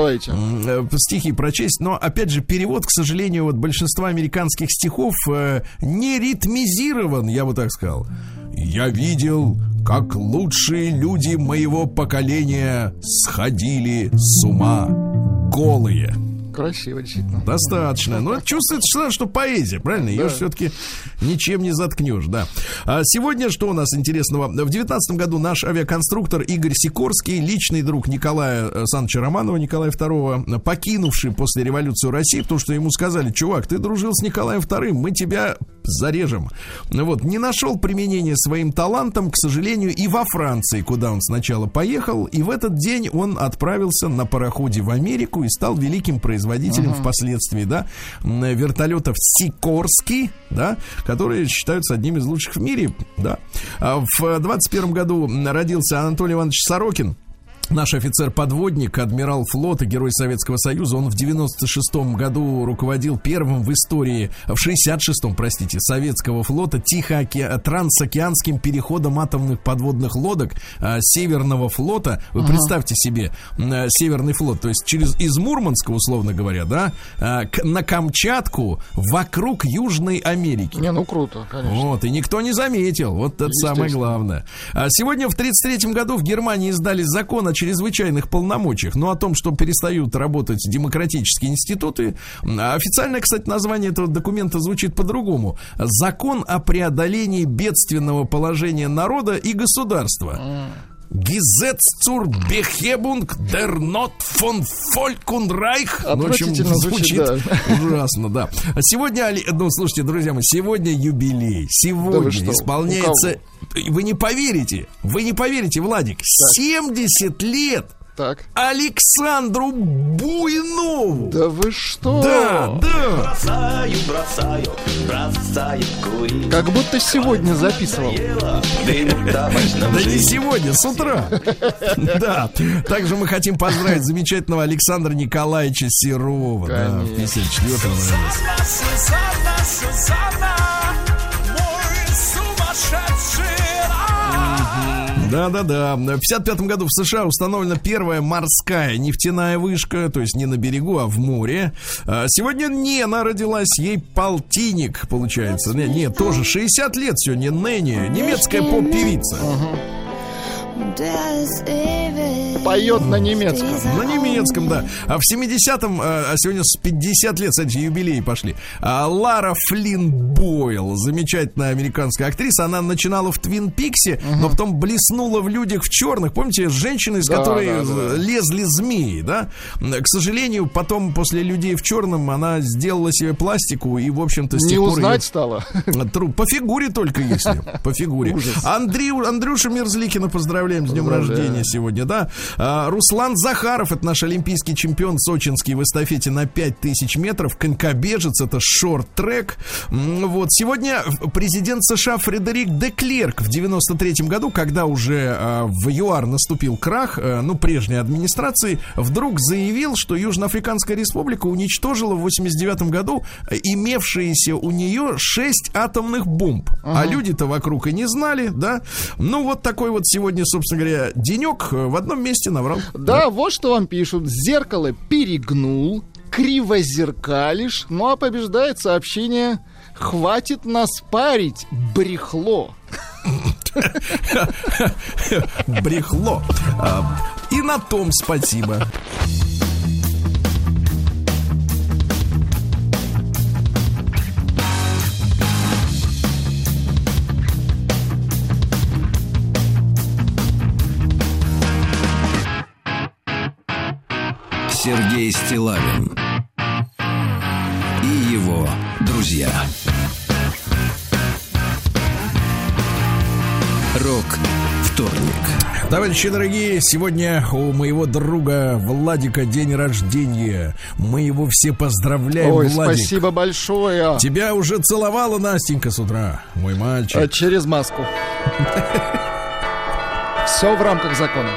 стихи прочесть, но, опять же, перевод, к сожалению, вот большинства американских стихов не ритмизирован, я бы так сказал. Я видел, как лучшие люди моего поколения сходили с ума голые. Красиво, действительно. Достаточно. Но чувствуется, что поэзия, правильно? Ее все-таки ничем не заткнешь, да. А сегодня что у нас интересного? В 19 году наш авиаконструктор Игорь Сикорский, личный друг Николая Александровича Романова, Николая II, покинувший после революции России, потому что ему сказали: чувак, ты дружил с Николаем II, мы тебя зарежем. Вот. Не нашел применения своим талантам, к сожалению, и во Франции, куда он сначала поехал, и в этот день он отправился на пароходе в Америку и стал великим производителем впоследствии, да, вертолетов Сикорский, да, которые считаются одним из лучших в мире, да. В 21 году родился Анатолий Иванович Сорокин, наш офицер-подводник, адмирал флота, герой Советского Союза. Он в 96-м году руководил первым в истории, в 66-м, простите, Советского флота трансокеанским переходом атомных подводных лодок Северного флота. Вы представьте себе, Северный флот, то есть из Мурманска, условно говоря, да, на Камчатку вокруг Южной Америки. Не, ну круто, конечно. Вот, и никто не заметил. Вот это самое главное. Сегодня в 33-м году в Германии издали закон о чрезвычайных полномочиях, но о том, что перестают работать демократические институты. Официальное, кстати, название этого документа звучит по-другому. Закон о преодолении бедственного положения народа и государства. Gesetz zur Behebung der Not von Volk und Reich. В общем, звучит ужасно, да. Сегодня, ну, слушайте, друзья мои, сегодня юбилей. Сегодня исполняется... Вы не поверите, Владик, 70 лет так. Александру Буйнову. Да вы что? Да. Бросаю курить. Как будто сегодня записывал. Да не сегодня, с утра. Да. Также мы хотим поздравить замечательного Александра Николаевича Серова. Да, в 54-м родился. Да. В 55 году в США установлена первая морская нефтяная вышка, то есть не на берегу, а в море. Сегодня Нена родилась, ей полтинник, получается. Нет, тоже 60 лет сегодня. Нэнни, немецкая поп-певица. Поет на немецком. На немецком, да. А в 70-м, а сегодня с 50 лет, кстати, юбилеи пошли. Лара Флинн Бойл, замечательная американская актриса. Она начинала в Твин Пиксе, но потом блеснула в Людях в черных. Помните, женщины, из которой лезли змеи, да? К сожалению, потом после Людей в черном она сделала себе пластику и, в общем-то, с тех пор... Не узнать стала. По фигуре только, если. По фигуре. Андрюша Мерзликина поздравляем с днем рождения сегодня, да. Руслан Захаров, это наш олимпийский чемпион сочинский в эстафете на 5000 метров, конькобежец, это шорт-трек. Вот, сегодня президент США Фредерик Деклерк в 93-м году, когда уже в ЮАР наступил крах, прежней администрации, вдруг заявил, что Южноафриканская республика уничтожила в 89-м году имевшиеся у нее 6 атомных бомб. А люди-то вокруг и не знали, да. Ну, вот такой вот сегодня, собственно говоря, денек. В одном месте наврал. Да, вот что вам пишут. Зеркало перегнул, криво зеркалишь, ну а побеждает сообщение: хватит нас парить, брехло. Брехло. И на том спасибо. Сергей Стиллавин и его друзья. Рок-вторник. Товарищи дорогие, сегодня у моего друга Владика день рождения. Мы его все поздравляем, Ой, Владик. Спасибо большое. Тебя уже целовала Настенька с утра, мой мальчик. Через маску. Все в рамках закона.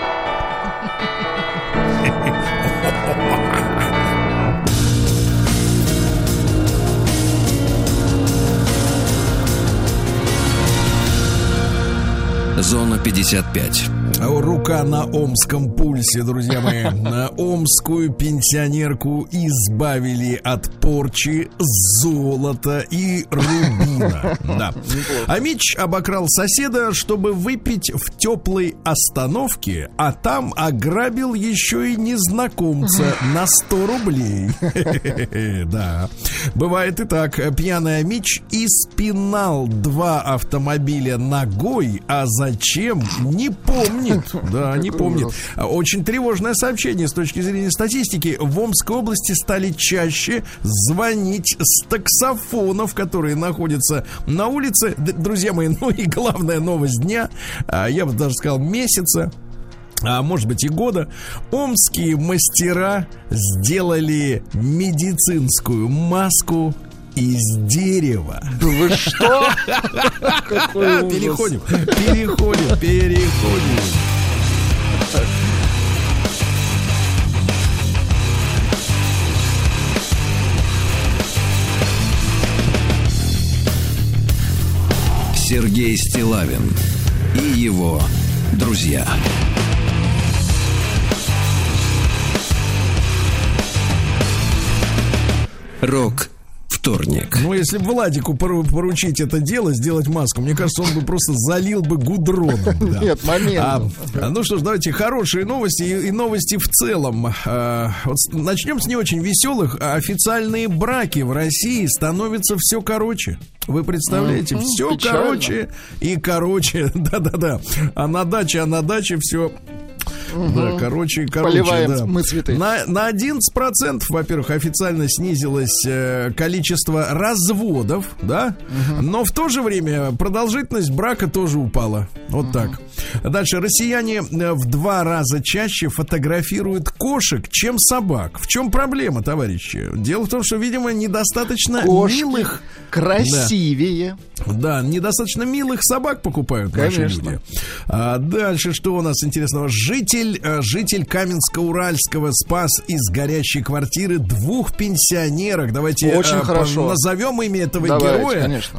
Зона 55. Рука на омском пульсе, друзья мои. На омскую пенсионерку избавили от порчи золота и рубина. Да. А Мич обокрал соседа, чтобы выпить в теплой остановке, а там ограбил еще и незнакомца на 100 рублей. Да. Бывает и так. Пьяный Амич испинал 2 автомобиля ногой, а зачем? Не помнит. Да, не помнит. Очень тревожное сообщение с точки зрения статистики. В Омской области стали чаще звонить с таксофонов, которые находятся на улице. Друзья мои, ну и главная новость дня, я бы даже сказал месяца, а может быть и года. Омские мастера сделали медицинскую маску из дерева. Да вы что? Переходим. Сергей Стиллавин и его друзья. Рок-вторник. Ну, если бы Владику поручить это дело, сделать маску, мне кажется, он бы просто залил бы гудроном. Да. Нет, момент. Ну что ж, давайте хорошие новости и новости в целом. Вот начнем с не очень веселых. Официальные браки в России становятся все короче. Вы представляете? Все печально. Короче и короче. Да-да-да. А на даче все... Да, короче, поливаем да. мы цветы. На 11%, во-первых, официально снизилось количество разводов, да, но в то же время продолжительность брака тоже упала. Вот так. Дальше. Россияне в 2 раза чаще фотографируют кошек, чем собак. В чем проблема, товарищи? Дело в том, что, видимо, недостаточно милых... красивее. Да, недостаточно милых собак покупают наши люди. А дальше что у нас интересного? Житель Каменска-Уральского спас из горящей квартиры 2 пенсионерок. Давайте назовем имя этого героя. Конечно.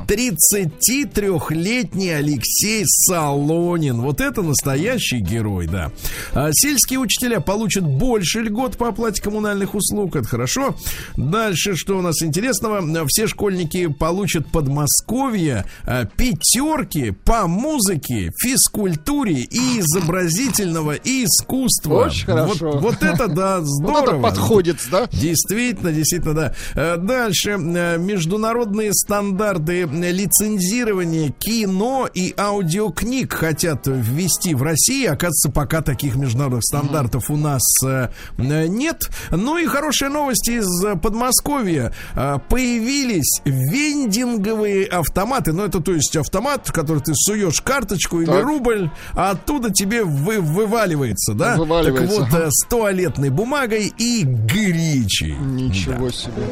33-летний Алексей Солонин. Вот это настоящий герой, да. Сельские учителя получат больше льгот по оплате коммунальных услуг. Это хорошо. Дальше что у нас интересного? Все школьники получат Подмосковье 5 по музыке, физкультуре и изобразительного искусства. Очень хорошо. Вот это, да, здорово. Вот это подходит, да? Действительно, да. Дальше. Международные стандарты лицензирования кино и аудиокниг хотят ввести в России. Оказывается, пока таких международных стандартов у нас нет. Ну и хорошая новость из Подмосковья. Появились вендинговые автоматы. Ну, это, то есть, автомат, в который ты суешь карточку или рубль, а оттуда тебе вываливается, да? Вываливается. Так вот, с туалетной бумагой и гречей. Ничего себе.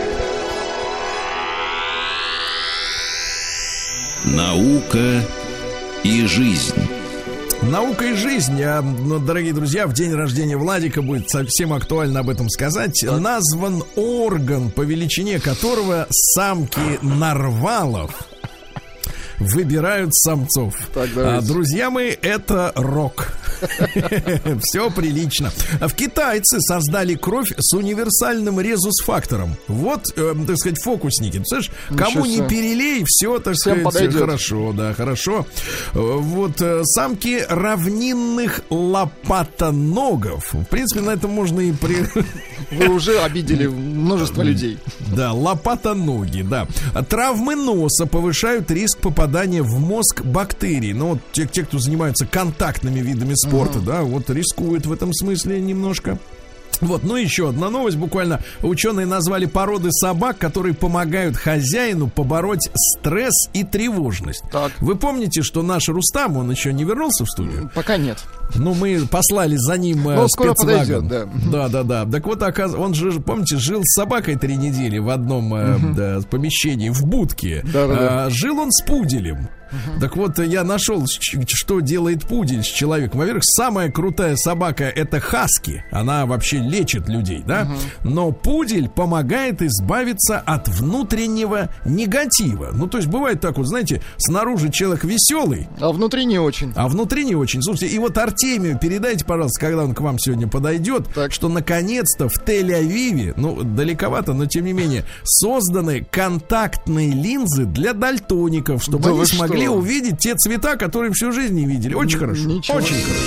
Наука и жизнь. Наука и жизнь, дорогие друзья, в день рождения Владика будет совсем актуально об этом сказать. Назван орган, по величине которого самки нарвалов выбирают самцов. Друзья мои, это рок. Все прилично. Китайцы создали кровь с универсальным резус-фактором. Вот, так сказать, фокусники. Представляешь, кому не перелей, все, так сказать, хорошо, да, хорошо. Вот, самки равнинных лопатоногов. В принципе, на этом можно и... Вы уже обидели множество людей. Да, лопатоноги, да. Травмы носа повышают риск попадания в мозг бактерий. Ну, вот те, кто занимаются контактными видами спорта, да, вот рискуют в этом смысле немножко. Вот, ну еще одна новость, буквально ученые назвали породы собак, которые помогают хозяину побороть стресс и тревожность. Так. Вы помните, что наш Рустам, он еще не вернулся в студию? Пока нет. Ну, мы послали за ним скоро спецвагон. подойдет, Да. Так вот, он же, помните, жил с собакой 3 недели в одном помещении, в будке. Да. Жил он с пуделем. Так вот, я нашел, что делает пудель с человеком. Во-первых, самая крутая собака — это хаски. Она вообще лечит людей, да? Но пудель помогает избавиться от внутреннего негатива. Ну, то есть бывает так вот, знаете, снаружи человек веселый, а внутри не очень. Слушайте, и вот Артемию передайте, пожалуйста, когда он к вам сегодня подойдет, что наконец-то в Тель-Авиве, ну, далековато, но тем не менее, созданы контактные линзы для дальтоников, чтобы они смогли увидеть те цвета, которые всю жизнь не видели. Очень хорошо. Ничего. Очень хорошо.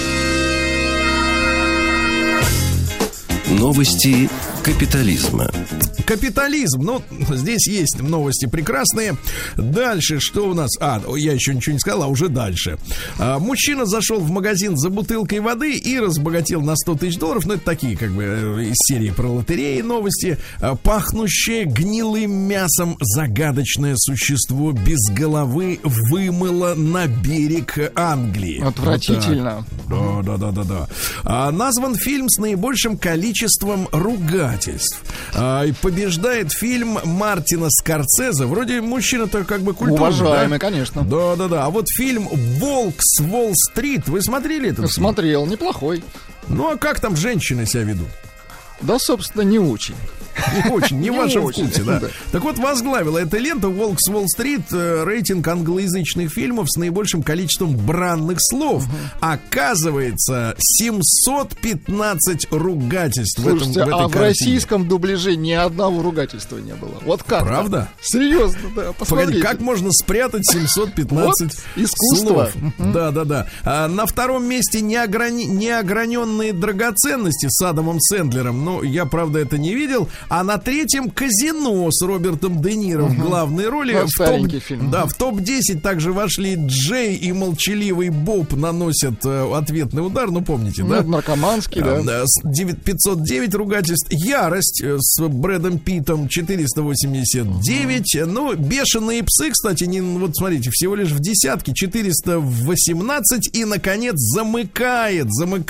Новости капитализма. Капитализм. Ну, здесь есть новости прекрасные. Дальше что у нас? Я еще ничего не сказал, а уже дальше. Мужчина зашел в магазин за бутылкой воды и разбогател на $100 000. Ну, это такие, как бы, из серии про лотереи новости. Пахнущее гнилым мясом загадочное существо без головы вымыло на берег Англии. Отвратительно. Да. Назван фильм с наибольшим количеством ругательств. И побеждает фильм Мартина Скорсезе. Вроде мужчина-то как бы культурный. Уважаемый, да? Конечно. Да. А вот фильм «Волк с Уолл-стрит». Вы смотрели этот фильм? Смотрел, неплохой. Ну, а как там женщины себя ведут? Да, собственно, не очень. Не в вашем вкусе, да. Так вот, возглавила эта лента «Волк с Уолл-стрит» рейтинг англоязычных фильмов с наибольшим количеством бранных слов. Оказывается, 715 ругательств. Слушайте, в российском дубляже ни одного ругательства не было. Вот как? Правда? Серьезно, да. Погоди, как можно спрятать 715 искусство. слов? Да. На втором месте неограненные драгоценности с Адамом Сэндлером. Ну, я, правда, это не видел. А на третьем «Казино» с Робертом Де Ниро в главной роли. В топ-10 также вошли Джей и молчаливый Боб наносят ответный удар. Ну, помните, да? Наркоманский, да. 509 ругательств. «Ярость» с Брэдом Питтом 489. Ну, «Бешеные псы», кстати, вот смотрите, всего лишь в десятке 418. И, наконец, замыкает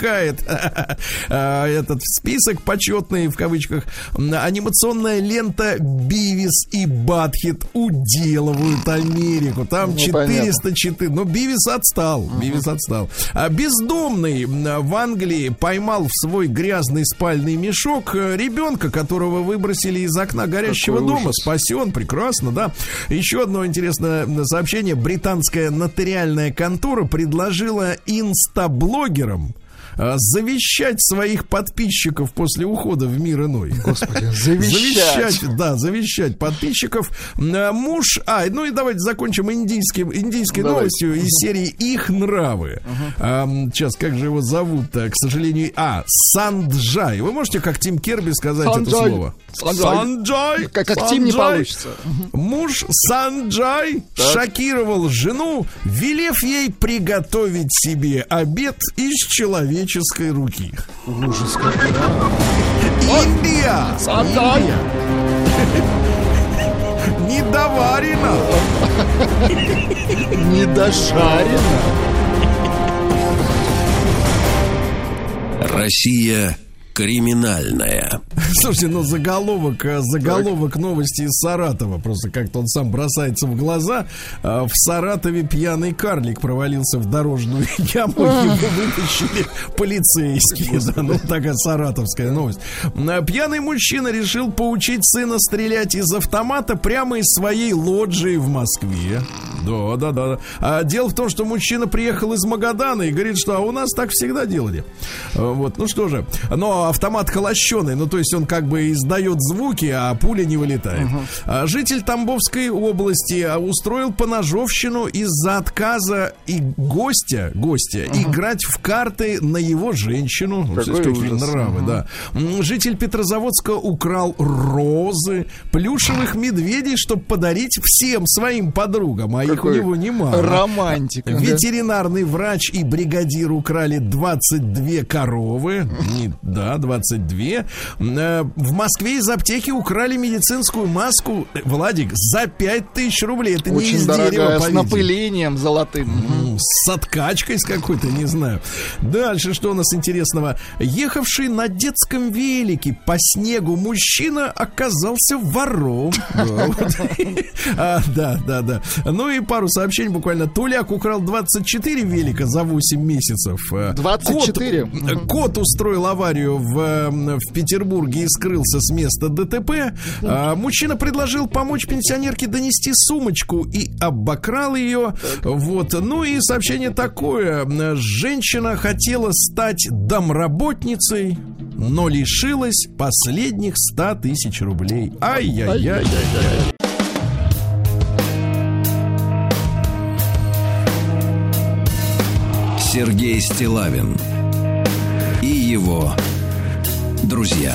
этот список почетный, в кавычках, анимационная лента «Бивис и Батхед уделывают Америку». Там 404. Но Бивис отстал. А бездомный в Англии поймал в свой грязный спальный мешок ребенка, которого выбросили из окна горящего дома. Спасен. Прекрасно, да. Еще одно интересное сообщение. Британская нотариальная контора предложила инстаблогерам завещать своих подписчиков после ухода в мир иной. Господи, завещать подписчиков. Муж... ну и давайте закончим индийской новостью из серии «Их нравы». Сейчас, как же его зовут-то, к сожалению... Санджай. Вы можете, как Тим Керби, сказать это слово? Санджай. Как Тим не получится. Муж Санджай шокировал жену, велев ей приготовить себе обед из человеческой руки. Ужас какой. Индия! Недоварено! Недошарено! Россия криминальная. Слушайте, ну заголовок новости из Саратова. Просто как-то он сам бросается в глаза. В Саратове пьяный карлик провалился в дорожную яму. Его вытащили полицейские. Да, ну такая саратовская новость. Пьяный мужчина решил поучить сына стрелять из автомата прямо из своей лоджии в Москве. Да. Дело в том, что мужчина приехал из Магадана и говорит, что у нас так всегда делали. Вот, ну что же. Но автомат холощеный, ну то есть он как бы издает звуки, а пуля не вылетает. Житель Тамбовской области устроил поножовщину из-за отказа гостя играть в карты на его женщину. Какие нравы, да. Житель Петрозаводска украл розы, плюшевых медведей, чтобы подарить всем своим подругам, а их у него немало. Романтика. Ветеринарный врач и бригадир украли 22 коровы. Да. Да, 22. В Москве из аптеки украли медицинскую маску, Владик, за 5000 рублей. Это очень не из дорогая, дерева, с напылением золотым. С откачкой с какой-то, не знаю. Дальше, что у нас интересного? Ехавший на детском велике по снегу мужчина оказался вором. Да. Ну и пару сообщений буквально. Туляк украл 24 велика за 8 месяцев. 24? Кот устроил аварию в Петербурге и скрылся с места ДТП. Мужчина предложил помочь пенсионерке донести сумочку и обокрал ее. Вот. Ну и сообщение такое. Женщина хотела стать домработницей, но лишилась последних 100 тысяч рублей. Ай-яй-яй-яй-яй. Сергей Стиллавин и его друзья.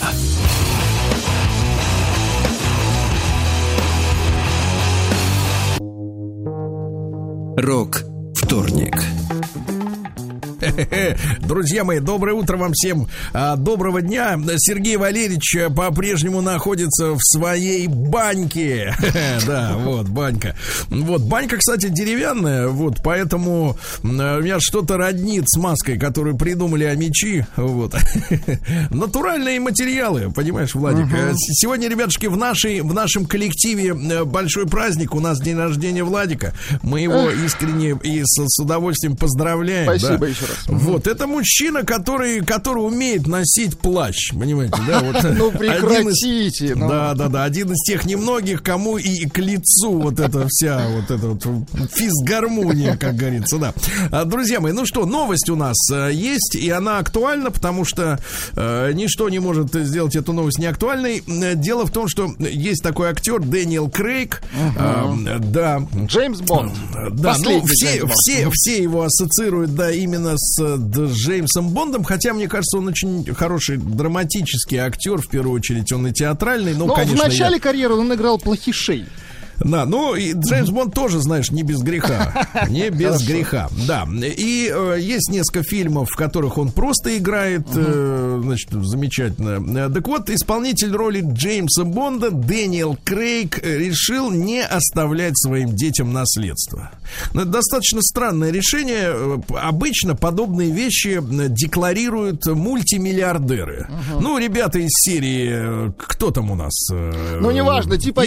Рок-вторник. Друзья мои, доброе утро вам всем. Доброго дня. Сергей Валерьевич по-прежнему находится в своей баньке. Да, вот, банька. Вот, банька, кстати, деревянная. Вот, поэтому меня что-то роднит с маской, которую придумали амичи. Вот. Натуральные материалы, понимаешь, Владик? Сегодня, ребятушки, в нашем коллективе большой праздник. У нас день рождения Владика. Мы его искренне и с удовольствием поздравляем. Спасибо еще раз. Вот, это мужчина, который умеет носить плащ, понимаете, да? Вот, ну, прекратите. Да, один из тех немногих, кому и к лицу вот эта вся вот эта вот физгармония, как говорится, да. Друзья мои, ну что, новость у нас есть, и она актуальна, потому что ничто не может сделать эту новость неактуальной. Дело в том, что есть такой актер Дэниел Крейг. Да. Джеймс Бонд. Да, ну, все его ассоциируют, да, именно с Джеймсом Бондом, хотя, мне кажется, он очень хороший драматический актер, в первую очередь, он и театральный, но конечно, в начале карьеры он играл плохишей. Да, ну и Джеймс Бонд тоже, знаешь, не без греха. Не без греха, да. И есть несколько фильмов, в которых он просто играет, значит, замечательно. Так вот, исполнитель роли Джеймса Бонда Дэниел Крейг решил не оставлять своим детям наследство. Это достаточно странное решение. Обычно подобные вещи декларируют мультимиллиардеры. Ну, ребята из серии, кто там у нас? Ну, неважно, типа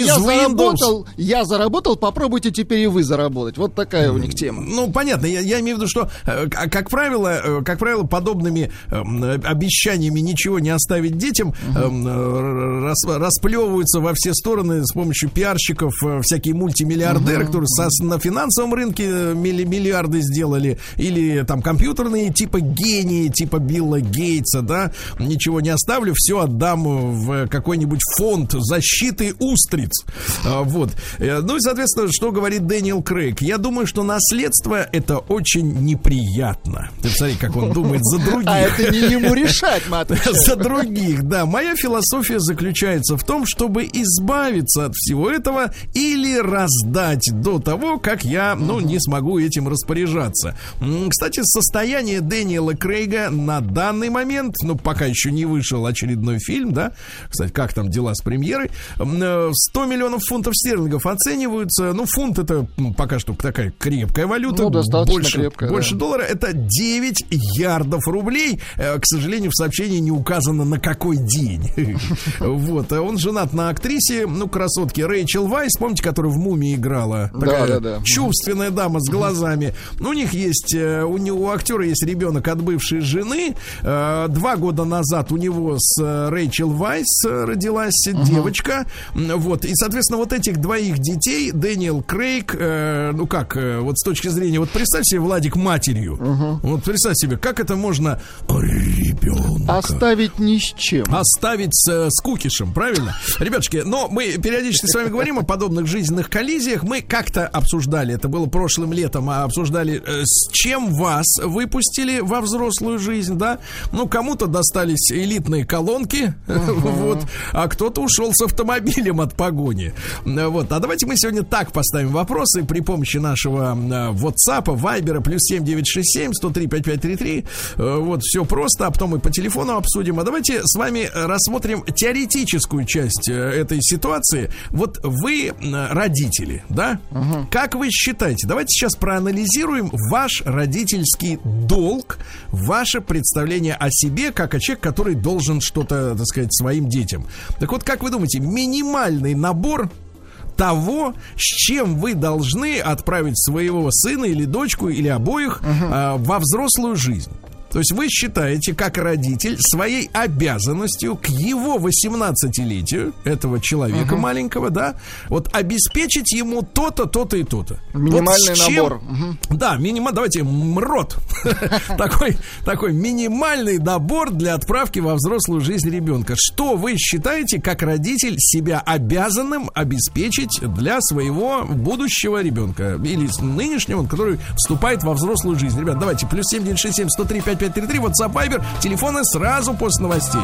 я заработал, попробуйте теперь и вы заработать. Вот такая у них тема. Ну, понятно, я имею в виду, что, как правило, подобными обещаниями ничего не оставить детям расплевываются во все стороны с помощью пиарщиков всякие мультимиллиардеры, которые на финансовом рынке миллиарды сделали, или там компьютерные типа гении, типа Билла Гейтса, да, ничего не оставлю, все отдам в какой-нибудь фонд защиты устриц. Вот. Ну и, соответственно, что говорит Дэниел Крейг? Я думаю, что наследство — это очень неприятно. Ты посмотри, как он думает за других. А это не ему решать, матушка. За других, да. Моя философия заключается в том, чтобы избавиться от всего этого или раздать до того, как я, не смогу этим распоряжаться. Кстати, состояние Дэниела Крейга на данный момент, пока еще не вышел очередной фильм, да, кстати, как там дела с премьерой, 100 миллионов фунтов стерлингов оцениваются. Фунт — это пока что такая крепкая валюта. Достаточно крепкая. Больше доллара. Это 9 ярдов рублей. К сожалению, в сообщении не указано, на какой день. Вот. Он женат на актрисе, красотке Рэйчел Вайс, помните, которая в «Мумии» играла? Такая чувственная дама с глазами. У них есть, у актера есть ребенок от бывшей жены. 2 года назад у него с Рэйчел Вайс родилась девочка. Вот. И, соответственно, вот этих двоих детей Дэниел Крейг, вот с точки зрения, вот представь себе, Владик, матерью. Вот представь себе, как это можно ребенка оставить ни с чем. Оставить с кукишем, правильно? Ребятушки, но мы периодически с вами говорим о подобных жизненных коллизиях. Мы как-то обсуждали, это было прошлым летом, обсуждали, с чем вас выпустили во взрослую жизнь, да? Кому-то достались элитные колонки, вот, а кто-то ушел с автомобилем от погони. Вот. А давайте мы сегодня так поставим вопросы при помощи нашего WhatsApp, Viber, +7 967 103 5533. Вот, все просто, а потом мы по телефону обсудим. А давайте с вами рассмотрим теоретическую часть этой ситуации. Вот вы родители, да? Как вы считаете? Давайте сейчас проанализируем ваш родительский долг, ваше представление о себе, как о человеке, который должен что-то, так сказать, своим детям. Так вот, как вы думаете, минимальный набор того, с чем вы должны отправить своего сына или дочку, или обоих во взрослую жизнь? То есть вы считаете, как родитель, своей обязанностью к его 18-летию этого человека маленького, да, вот обеспечить ему то-то, то-то и то-то. Минимальный вот набор. Да, давайте МРОТ. Такой минимальный набор для отправки во взрослую жизнь ребенка. Что вы считаете, как родитель, себя обязанным обеспечить для своего будущего ребенка или нынешнего, который вступает во взрослую жизнь? Ребят, давайте, +7 967 103 5533, WhatsApp, Viber, телефоны сразу после новостей.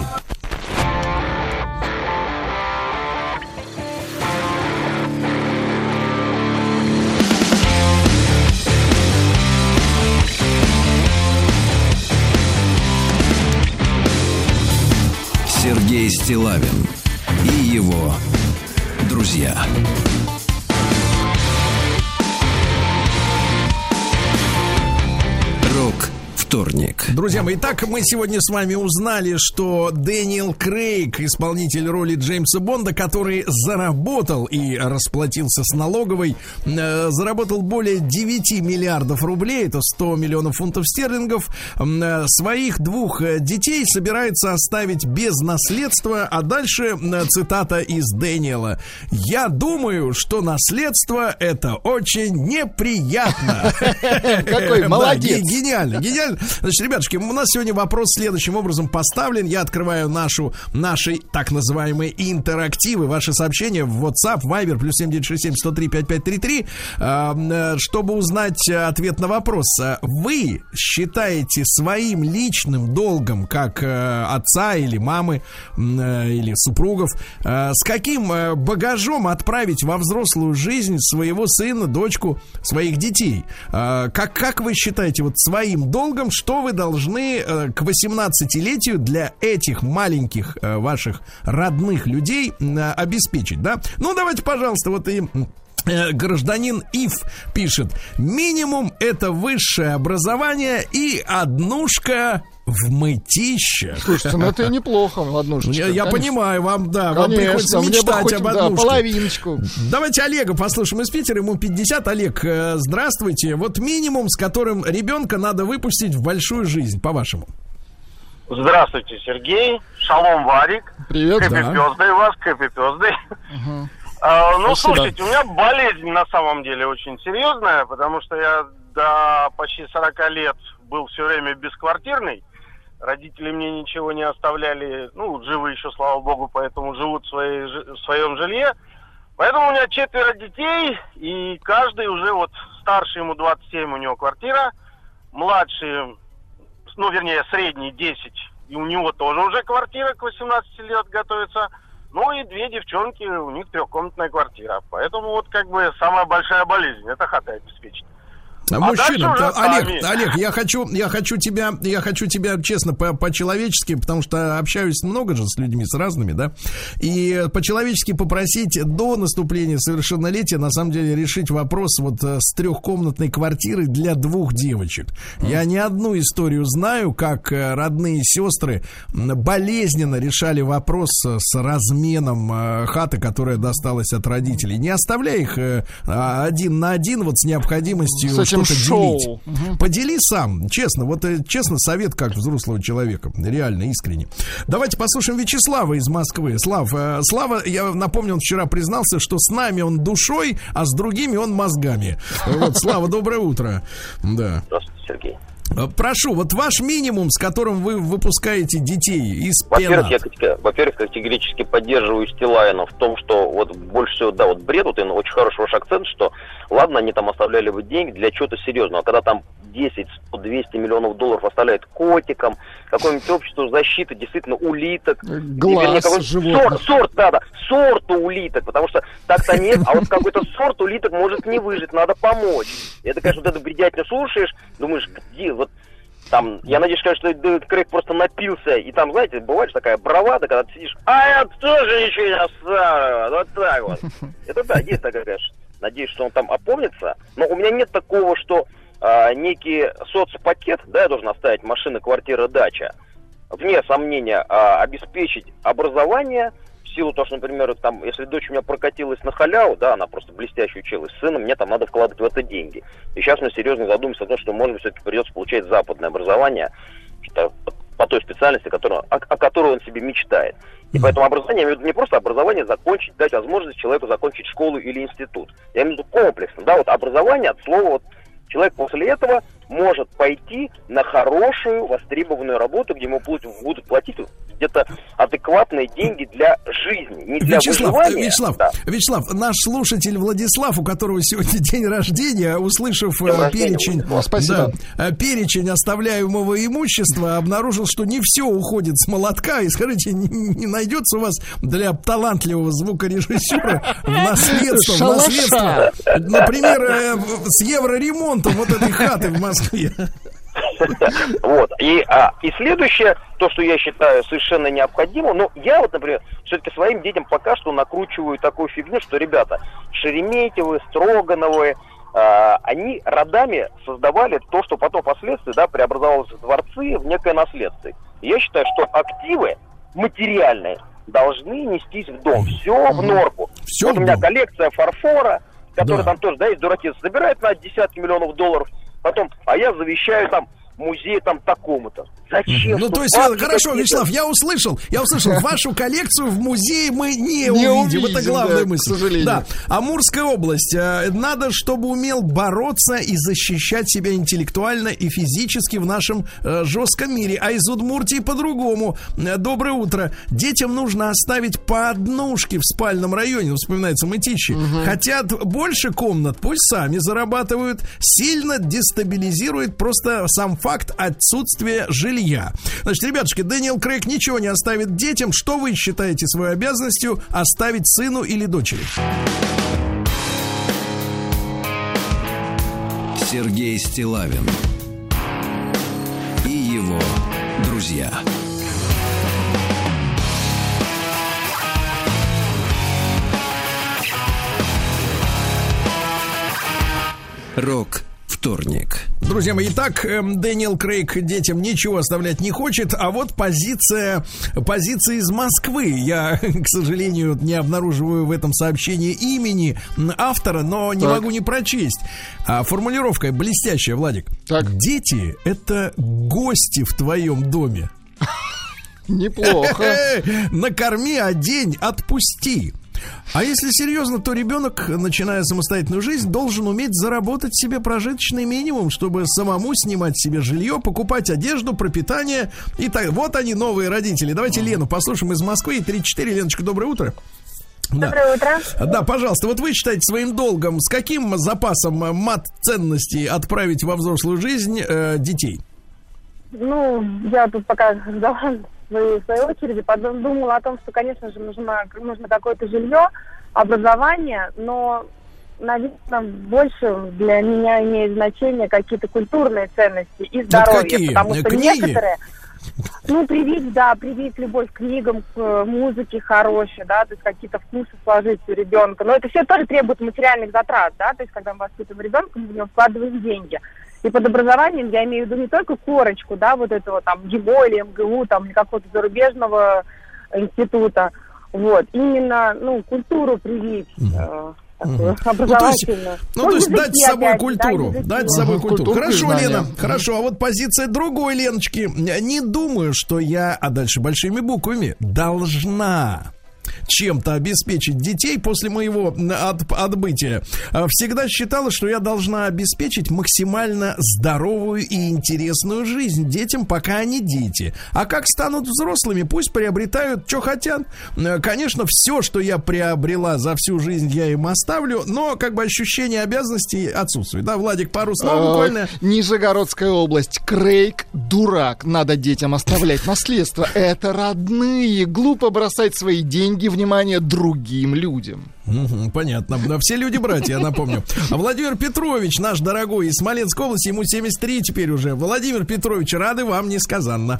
Сергей Стиллавин и его друзья. Вторник. Друзья мои, итак, мы сегодня с вами узнали, что Дэниел Крейг, исполнитель роли Джеймса Бонда, который заработал и расплатился с налоговой, заработал более 9 миллиардов рублей, это 100 миллионов фунтов стерлингов, своих 2 детей собирается оставить без наследства, а дальше цитата из Дэниела: «Я думаю, что наследство — это очень неприятно». Какой молодец. Гениально, гениально. Значит, ребятушки, у нас сегодня вопрос следующим образом поставлен. Я открываю наши так называемые интерактивы, ваши сообщения в WhatsApp, Viber, +7 967 103 5533, чтобы узнать ответ на вопрос. Вы считаете своим личным долгом, как отца или мамы, или супругов, с каким багажом отправить во взрослую жизнь своего сына, дочку, своих детей? Как вы считаете, вот своим долгом, что вы должны к 18-летию для этих маленьких ваших родных людей обеспечить, да? Ну, давайте, пожалуйста, вот и гражданин Ив пишет: минимум — это высшее образование и однушка в мытище. Слушайте, ну это неплохо, однушечка. Я понимаю, вам приходится мечтать об однушке. Половиночку. Давайте Олега послушаем из Питера, ему 50. Олег, здравствуйте. Вот минимум, с которым ребенка надо выпустить в большую жизнь, по-вашему. Здравствуйте, Сергей. Шалом, Варик. Привет. Хэппи-бёздэй вас, хэппи-бёздэй. Ну, слушайте, у меня болезнь на самом деле очень серьезная, потому что я до почти 40 лет был все время бесквартирный. Родители мне ничего не оставляли, живы еще, слава богу, поэтому живут в своем жилье. Поэтому у меня 4 детей, и каждый уже старший, ему 27, у него квартира, младший, средний 10, и у него тоже уже квартира к 18 лет готовится. Ну и 2 девчонки, у них 3-комнатная квартира. Поэтому самая большая болезнь — это хата обеспечить. Мужчина, Олег, я хочу тебя честно по-человечески, потому что общаюсь много же с людьми, с разными, да, и по-человечески попросить до наступления совершеннолетия, на самом деле, решить вопрос с 3-комнатной квартирой для 2 девочек. Я не одну историю знаю, как родные сестры болезненно решали вопрос с разменом хаты, которая досталась от родителей, не оставляя их один на один с необходимостью что-то делить. Подели сам, честно, честно, совет как взрослого человека, реально, искренне. Давайте послушаем Вячеслава из Москвы. Слава, я напомню, он вчера признался, что с нами он душой, а с другими он мозгами. Слава, доброе утро. Да. Здравствуйте, Сергей. Прошу, ваш минимум, с которым вы выпускаете детей из пенат. Во-первых, категорически поддерживаю Стиллавина в том, что больше всего, бред, очень хороший ваш акцент, что ладно, они там оставляли бы деньги для чего-то серьезного, а когда там 10, 100, 200 миллионов долларов оставляют котикам, какое-нибудь общество защиты, действительно, улиток, глаз, животных. сорту улиток, потому что так-то нет, а вот какой-то сорт улиток может не выжить, надо помочь. Это, конечно, вот эту бредятину слушаешь, думаешь, где вот там, я надеюсь, конечно, что Дэниел Крейг просто напился, и там, знаете, бывает же такая бравада, когда ты сидишь, а я тоже ничего не оставлю, вот так вот. Это да, есть такая, конечно. Надеюсь, что он там опомнится, но у меня нет такого, что некий соцпакет, да, я должен оставить машина, квартира, дача, вне сомнения, обеспечить образование, в силу того, что, например, там, если дочь у меня прокатилась на халяву, да, она просто блестяще училась с сыном, мне там надо вкладывать в это деньги. И сейчас мы серьезно задумаемся о том, что, может быть, все-таки придется получать западное образование, что по той специальности, о которой он себе мечтает. И поэтому образование, я имею в виду не просто образование закончить, дать возможность человеку закончить школу или институт. Я имею в виду комплексно, да, вот образование от слова вот человек после этого может пойти на хорошую, востребованную работу, где ему будут платить где-то адекватные деньги для жизни, не для выживания. Вячеслав, наш слушатель Владислав, у которого сегодня день рождения, услышав перечень оставляемого имущества, обнаружил, что не все уходит с молотка, и скажите, не найдется у вас для талантливого звукорежиссера в наследство, например, с евроремонтом вот этой хаты в Москве. Вот. И следующее, то, что я считаю совершенно необходимым, ну, я вот, например, все-таки своим детям пока что накручиваю такую фигню, что, ребята, Шереметьевы, Строгановы, они родами создавали то, что потом впоследствии, да, преобразовалось в дворцы, в некое наследство. И я считаю, что активы материальные должны нестись в дом. Все в норму. Вот у меня коллекция фарфора, которая там тоже, да, есть дураки, собирают на десятки миллионов долларов. Потом, а я завещаю там музей там такому-то. Зачем? Ну, то есть, хорошо, Вячеслав, я услышал, вашу коллекцию в музее мы не увидим. Это главная мысль. К сожалению. Да. Амурская область. Надо, чтобы умел бороться и защищать себя интеллектуально и физически в нашем жестком мире. А из Удмуртии по-другому. Доброе утро. Детям нужно оставить по однушке в спальном районе. Вспоминается Мытищи. Хотят больше комнат, пусть сами зарабатывают. Сильно дестабилизирует просто сам факт отсутствия жилья. Значит, ребятушки, Дэниел Крейг ничего не оставит детям. Что вы считаете своей обязанностью оставить сыну или дочери? Сергей Стиллавин и его друзья. Рок-вторник. Друзья мои, итак, Дэниел Крейг детям ничего оставлять не хочет, а вот позиция из Москвы. Я, к сожалению, не обнаруживаю в этом сообщении имени автора, но не могу не прочесть. Формулировка блестящая, Владик. Так. Дети — это гости в твоем доме. Неплохо. Накорми, одень, отпусти. А если серьезно, то ребенок, начиная самостоятельную жизнь, должен уметь заработать себе прожиточный минимум, чтобы самому снимать себе жилье, покупать одежду, пропитание. И так, вот они, новые родители. Давайте Лену послушаем из Москвы. 34. Леночка, доброе утро. Доброе утро. Да, пожалуйста, вот вы считаете своим долгом, с каким запасом мат-ценностей отправить во взрослую жизнь детей? Ну, я тут пока ждала в своей очереди, подумала о том, что, конечно же, нужно какое-то жилье, образование, но, наверное, больше для меня имеет значение какие-то культурные ценности и здоровье. Потому что некоторые... Ну, привить любовь к книгам, к музыке хорошей, да, то есть какие-то вкусы сложить у ребенка. Но это все тоже требует материальных затрат, да, то есть когда мы воспитываем ребенка, мы в него вкладываем деньги. И под образованием я имею в виду не только корочку, да, вот этого там ГИМО или МГУ, там, или какого-то зарубежного института, вот, именно, ну, культуру привить, образовательную. То есть дать с собой культуру. Дать с собой культуру. Хорошо, Лена, хорошо. А вот позиция другой Леночки. Не думаю, что я, а дальше большими буквами, должна чем-то обеспечить детей после моего отбытия. Всегда считала, что я должна обеспечить максимально здоровую и интересную жизнь детям, пока они дети. А как станут взрослыми, пусть приобретают, что хотят. Конечно, все, что я приобрела за всю жизнь, я им оставлю, но как бы ощущение обязанностей отсутствует. Да, Владик, пару слов буквально. Нижегородская область. Крейг дурак. Надо детям оставлять наследство. Это родные. Глупо бросать свои деньги в внимание другим людям. Понятно. Все люди братья, я напомню. Владимир Петрович, наш дорогой, из Смоленской области, ему 73 теперь уже. Владимир Петрович, рады вам несказанно.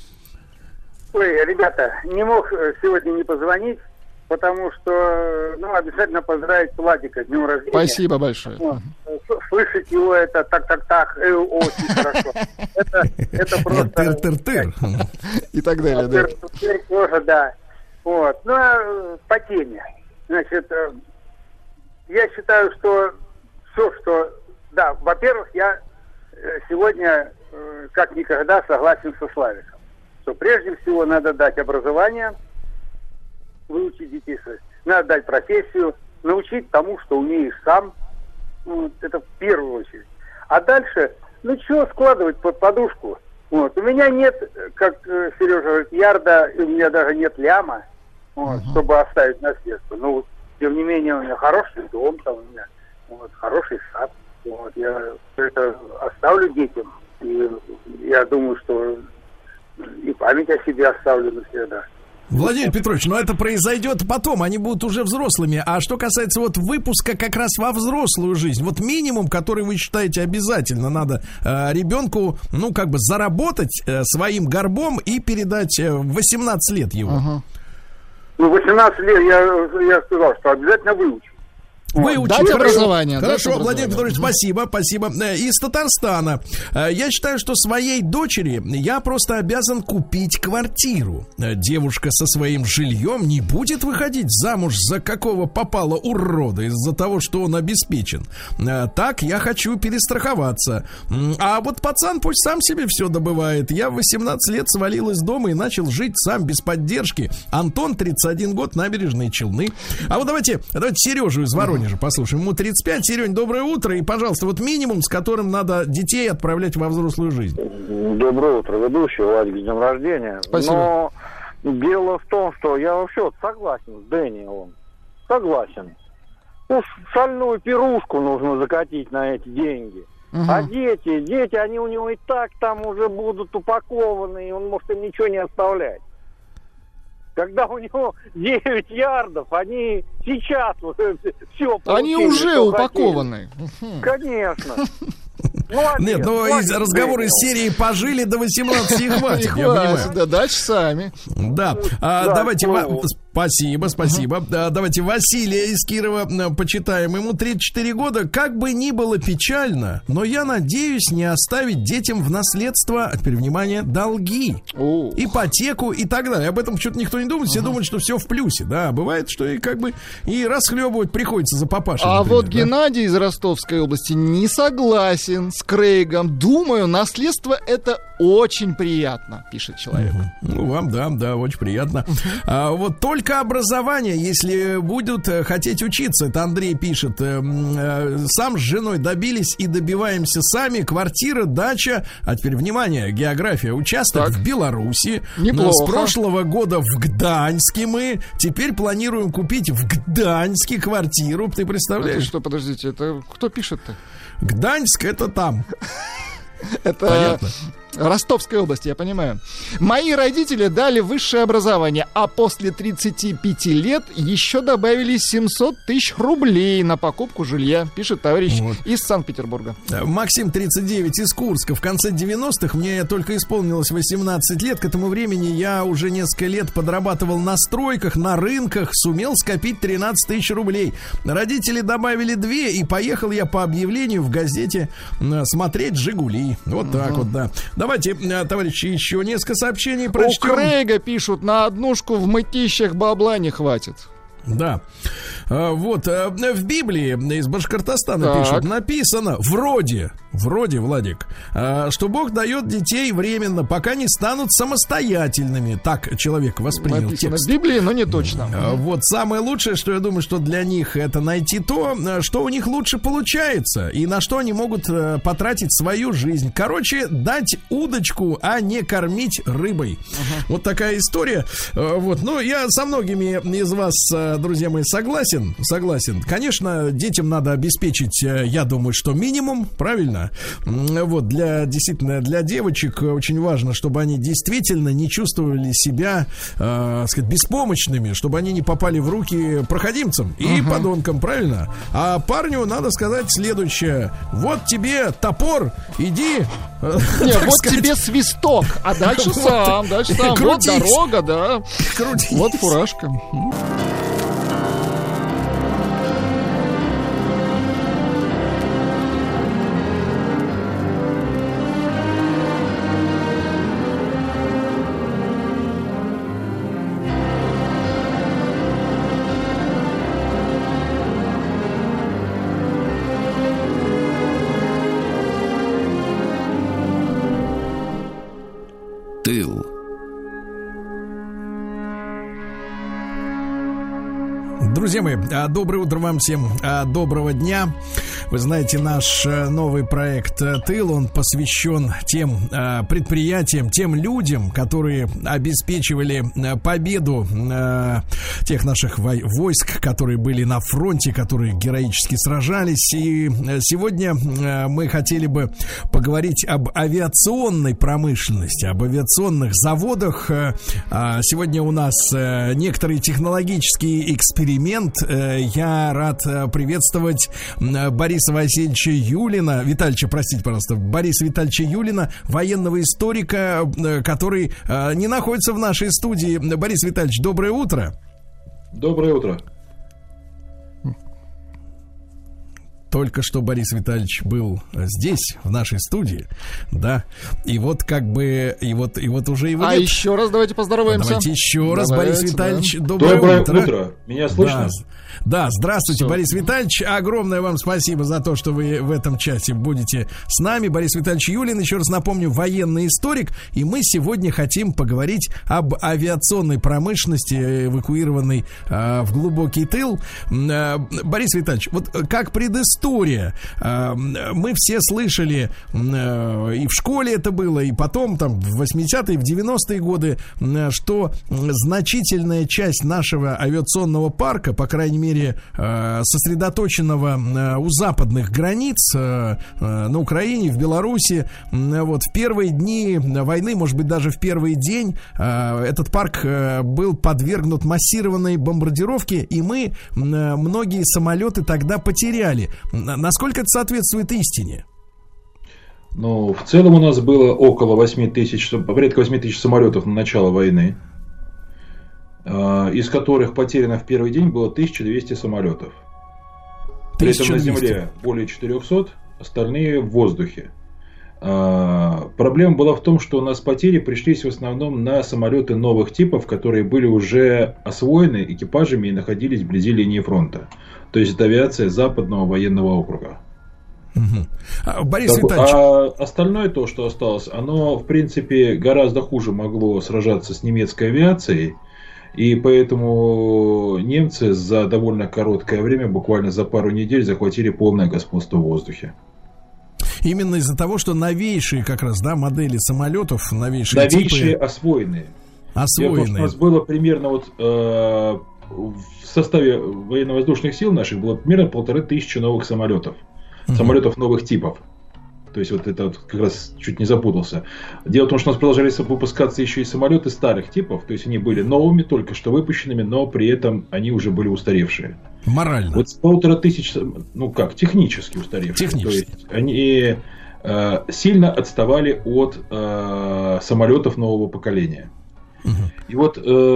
Ой, ребята, не мог сегодня не позвонить, потому что, обязательно поздравить Владика с днем рождения. Спасибо большое. Слышать его это так, очень хорошо. Это просто... Тыр-тыр-тыр. И так далее, да. Тыр-тыр тоже, да. Вот. По теме. Значит, я считаю, что все, что... Да, во-первых, я сегодня как никогда согласен со Славиком, что прежде всего надо дать образование, выучить детей, надо дать профессию, научить тому, что умеешь сам. Это в первую очередь. А дальше, чего складывать под подушку? У меня нет, как Сережа говорит, ярда, у меня даже нет ляма, чтобы оставить наследство. Тем не менее, у меня хороший дом, там у меня хороший сад. Я это оставлю детям. И я думаю, что и память о себе оставлю навсегда. Владимир Петрович, это произойдет потом, они будут уже взрослыми. А что касается выпуска как раз во взрослую жизнь, минимум, который вы считаете обязательно надо ребенку, заработать своим горбом и передать в 18 лет его. 18 лет я сказал, что обязательно выучить. Выучить образование. Хорошо, Владимир Петрович, спасибо. Из Татарстана. Я считаю, что своей дочери я просто обязан купить квартиру. Девушка со своим жильем не будет выходить замуж за какого попало урода из-за того, что он обеспечен. Так я хочу перестраховаться. А пацан пусть сам себе все добывает. Я в 18 лет свалил из дома и начал жить сам без поддержки. Антон, 31 год, Набережные Челны. А давайте Сережу из Воронежа послушаем. Ему 35. Серёнь, доброе утро. И, пожалуйста, минимум, с которым надо детей отправлять во взрослую жизнь. Доброе утро, ведущий. Владик, с днем рождения. Спасибо. Но дело в том, что я вообще согласен с Дэниелом. Согласен. Шальную пирушку нужно закатить на эти деньги. А дети, они у него и так там уже будут упакованы, и он может им ничего не оставлять. Когда у него 9 ярдов, они сейчас все получили. Они уже упакованы. Хотели. Конечно. Нет, разговоры из серии «Пожили до 18 и хватит», я понимаю. Да, дальше сами. Да, давайте... Спасибо. Давайте Василия из Кирова почитаем. Ему 34 года. Как бы ни было печально, но я надеюсь не оставить детям в наследство, а теперь, внимание, долги, ипотеку и так далее. Об этом что-то никто не думает. Все думают, что все в плюсе. Да, бывает, что и расхлебывать приходится за папашей. А например, Геннадий из Ростовской области не согласен с Крейгом. Думаю, наследство — это очень приятно, пишет человек. Вам, да, очень приятно. Только образование, если будут хотеть учиться. Это Андрей пишет. Сам с женой добились и добиваемся сами. Квартира, дача. А теперь, внимание, география. Участок в Беларуси. Неплохо. С прошлого года в Гданьске мы. Теперь планируем купить в Гданьске квартиру. Ты представляешь? Что, подождите, это кто пишет-то? Гданьск — это там. Это понятно? Ростовской области, я понимаю. Мои родители дали высшее образование, а после 35 лет еще добавили 700 тысяч рублей на покупку жилья, пишет товарищ из Санкт-Петербурга. Максим, 39, из Курска. В конце 90-х мне только исполнилось 18 лет. К этому времени я уже несколько лет подрабатывал на стройках, на рынках, сумел скопить 13 тысяч рублей. Родители добавили 2, и поехал я по объявлению в газете смотреть «Жигули». Вот так вот, да. Давайте, товарищи, еще несколько сообщений прочтем. У Крейга пишут: на однушку в Мытищах бабла не хватит. Да. В Библии из Башкортостана пишут, написано вроде, Владик, что Бог дает детей временно, пока не станут самостоятельными. Так человек воспринял написано текст. в Библии, но не точно. Самое лучшее, что я думаю, что для них это найти то, что у них лучше получается, и на что они могут потратить свою жизнь. Короче, дать удочку, а не кормить рыбой. Вот такая история. Я со многими из вас, друзья мои, согласен. Согласен. Конечно, детям надо обеспечить, я думаю, что минимум, правильно? Вот, действительно, для девочек очень важно, чтобы они действительно не чувствовали себя, сказать, беспомощными, чтобы они не попали в руки проходимцам и подонкам, правильно? А парню надо сказать следующее: вот тебе топор, иди. Нет, вот сказать, тебе свисток, а дальше сам. Вот дорога, да. Крутись. Вот фуражка. Тыл. Друзья мои, доброе утро вам всем, доброго дня. Вы знаете, наш новый проект «Тыл», он посвящен тем предприятиям, тем людям, которые обеспечивали победу тех наших войск, которые были на фронте, которые героически сражались. И сегодня мы хотели бы поговорить об авиационной промышленности, об авиационных заводах. Сегодня у нас некоторый технологический эксперимент. Я рад приветствовать Бориса Васильевича Юлина, Бориса Витальевича Юлина, военного историка, который не находится в нашей студии. Борис Витальевич, доброе утро. Доброе утро. Только что Борис Витальевич был здесь, в нашей студии, да, и вот как бы, и вот уже его нет. А еще раз давайте поздороваемся. Давайте еще раз, Борис Витальевич, доброе утро. Меня слышно? Да, здравствуйте, все. Борис Витальевич, огромное вам спасибо за то, что вы в этом часе будете с нами. Борис Витальевич Юлин, еще раз напомню, военный историк, и мы сегодня хотим поговорить об авиационной промышленности, эвакуированной в глубокий тыл. Борис Витальевич, вот как предыстория, мы все слышали, и в школе это было, и потом там в 80-е, в 90-е годы, что значительная часть нашего авиационного парка, по крайней мере, сосредоточенного у западных границ, на Украине, в Беларуси, вот в первые дни войны, может быть, даже в первый день, этот парк был подвергнут массированной бомбардировке, и мы многие самолеты тогда потеряли. Насколько это соответствует истине? Ну, в целом у нас было около 8 тысяч, порядка 8 тысяч самолетов на начало войны, из которых потеряно в первый день было 1200 самолетов. При этом на земле более 400, остальные в воздухе. Проблема была в том, что у нас потери пришлись в основном на самолеты новых типов, которые были уже освоены экипажами и находились вблизи линии фронта. То есть это авиация Западного военного округа. Борис Витальевич. А остальное то, что осталось, оно в принципе гораздо хуже могло сражаться с немецкой авиацией. И поэтому немцы за довольно короткое время, буквально за пару недель, захватили полное господство в воздухе. Именно из-за того, что новейшие как раз, да, модели самолетов, новейшие типы... освоенные. У нас было примерно вот в составе военно-воздушных сил наших было примерно 1500 новых самолетов. Самолетов новых типов. То есть вот это вот как раз чуть не запутался. Дело в том, что у нас продолжали выпускаться еще и самолеты старых типов. То есть они были новыми, только что выпущенными, но при этом они уже были устаревшие. Морально. Вот с 1500, ну как, технически устаревшие. Технически. То есть они сильно отставали от самолетов нового поколения. И вот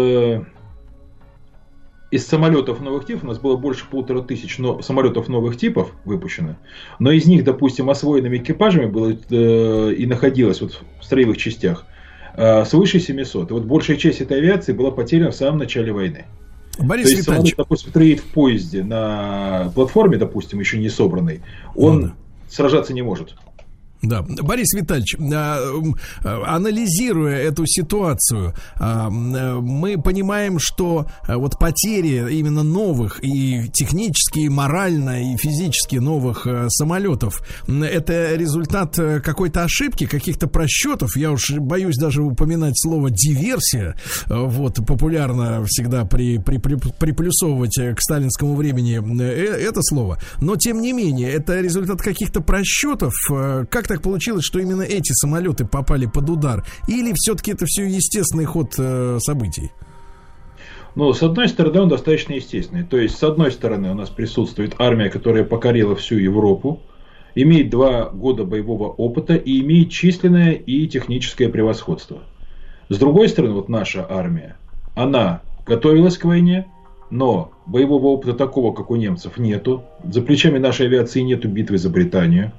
из самолетов новых типов у нас было больше 1500 самолетов новых типов выпущено, но из них, допустим, освоенными экипажами было и находилось вот в строевых частях свыше 700. И вот большая часть этой авиации была потеряна в самом начале войны. Борис То есть Витальевич, самолет, допустим, стоит в поезде на платформе, допустим, еще не собранный, он сражаться не может. Да, Борис Витальевич, анализируя эту ситуацию, мы понимаем, что вот потери именно новых и технически, и морально, и физически новых самолетов, это результат какой-то ошибки, каких-то просчетов. Я уж боюсь даже упоминать слово диверсия. Вот, популярно всегда приплюсовывать к сталинскому времени это слово. Но, тем не менее, это результат каких-то просчетов. Как так получилось, что именно эти самолеты попали под удар? Или все-таки это все естественный ход событий? Ну, с одной стороны, он достаточно естественный. То есть, с одной стороны, у нас присутствует армия, которая покорила всю Европу, имеет 2 года боевого опыта и имеет численное и техническое превосходство. С другой стороны, вот наша армия, она готовилась к войне, но боевого опыта такого, как у немцев, нету. За плечами нашей авиации нету битвы за Британию.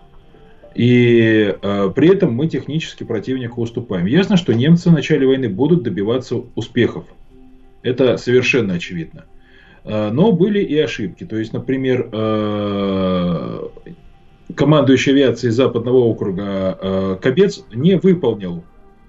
И при этом мы технически противнику уступаем. Ясно, что немцы в начале войны будут добиваться успехов. Это совершенно очевидно. Но были и ошибки. То есть, например, командующий авиацией Западного округа Кобец не выполнил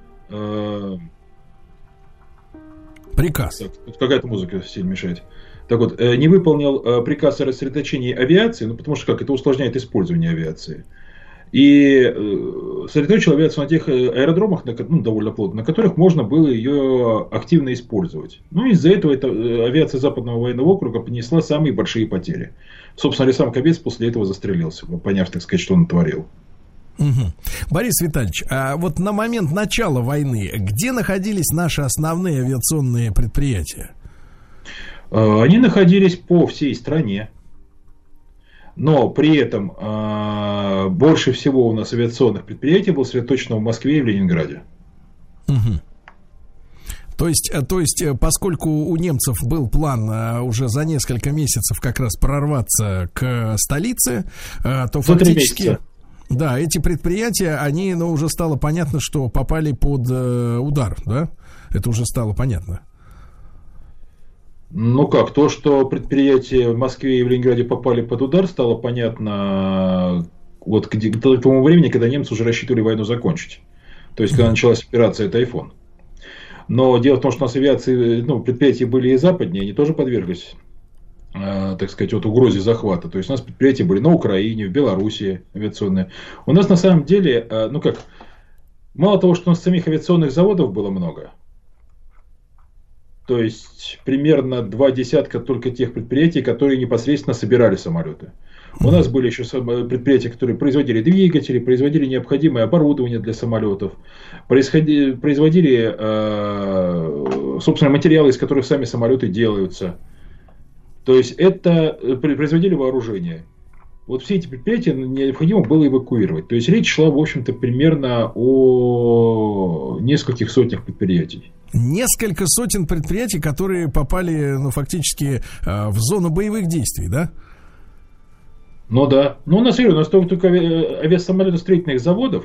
приказ. Так, тут какая-то музыка сильно мешает. Так вот, не выполнил приказ о рассредоточении авиации, ну потому что это усложняет использование авиации. И сосредоточил авиацию на тех аэродромах, довольно плотно, на которых можно было ее активно использовать. Ну, из-за этого авиация Западного военного округа понесла самые большие потери. Собственно, сам Кобец после этого застрелился, поняв, так сказать, что он натворил. Угу. Борис Витальевич, а вот на момент начала войны, где находились наши основные авиационные предприятия? Они находились по всей стране. Но при этом больше всего у нас авиационных предприятий было сосредоточено в Москве и в Ленинграде. Угу. То есть, поскольку у немцев был план уже за несколько месяцев как раз прорваться к столице, то фактически... Да, эти предприятия, они, уже стало понятно, что попали под удар, да? Это уже стало понятно. Ну как, то, что предприятия в Москве и в Ленинграде попали под удар, стало понятно вот к тому времени, когда немцы уже рассчитывали войну закончить. То есть, когда началась операция «Тайфун». Но дело в том, что у нас авиации, предприятия были и западнее, они тоже подверглись, так сказать, угрозе захвата. То есть, у нас предприятия были на Украине, в Белоруссии авиационные. У нас на самом деле, мало того, что у нас самих авиационных заводов было много, то есть, примерно 2 десятка только тех предприятий, которые непосредственно собирали самолеты. У нас были еще предприятия, которые производили двигатели, производили необходимое оборудование для самолетов, производили, собственно, материалы, из которых сами самолеты делаются. То есть, это производили вооружение. Вот все эти предприятия необходимо было эвакуировать. То есть, речь шла, в общем-то, примерно о нескольких сотнях предприятий. Несколько сотен предприятий, которые попали, фактически в зону боевых действий, да? Ну да. У нас только авиасамолетостроительных заводов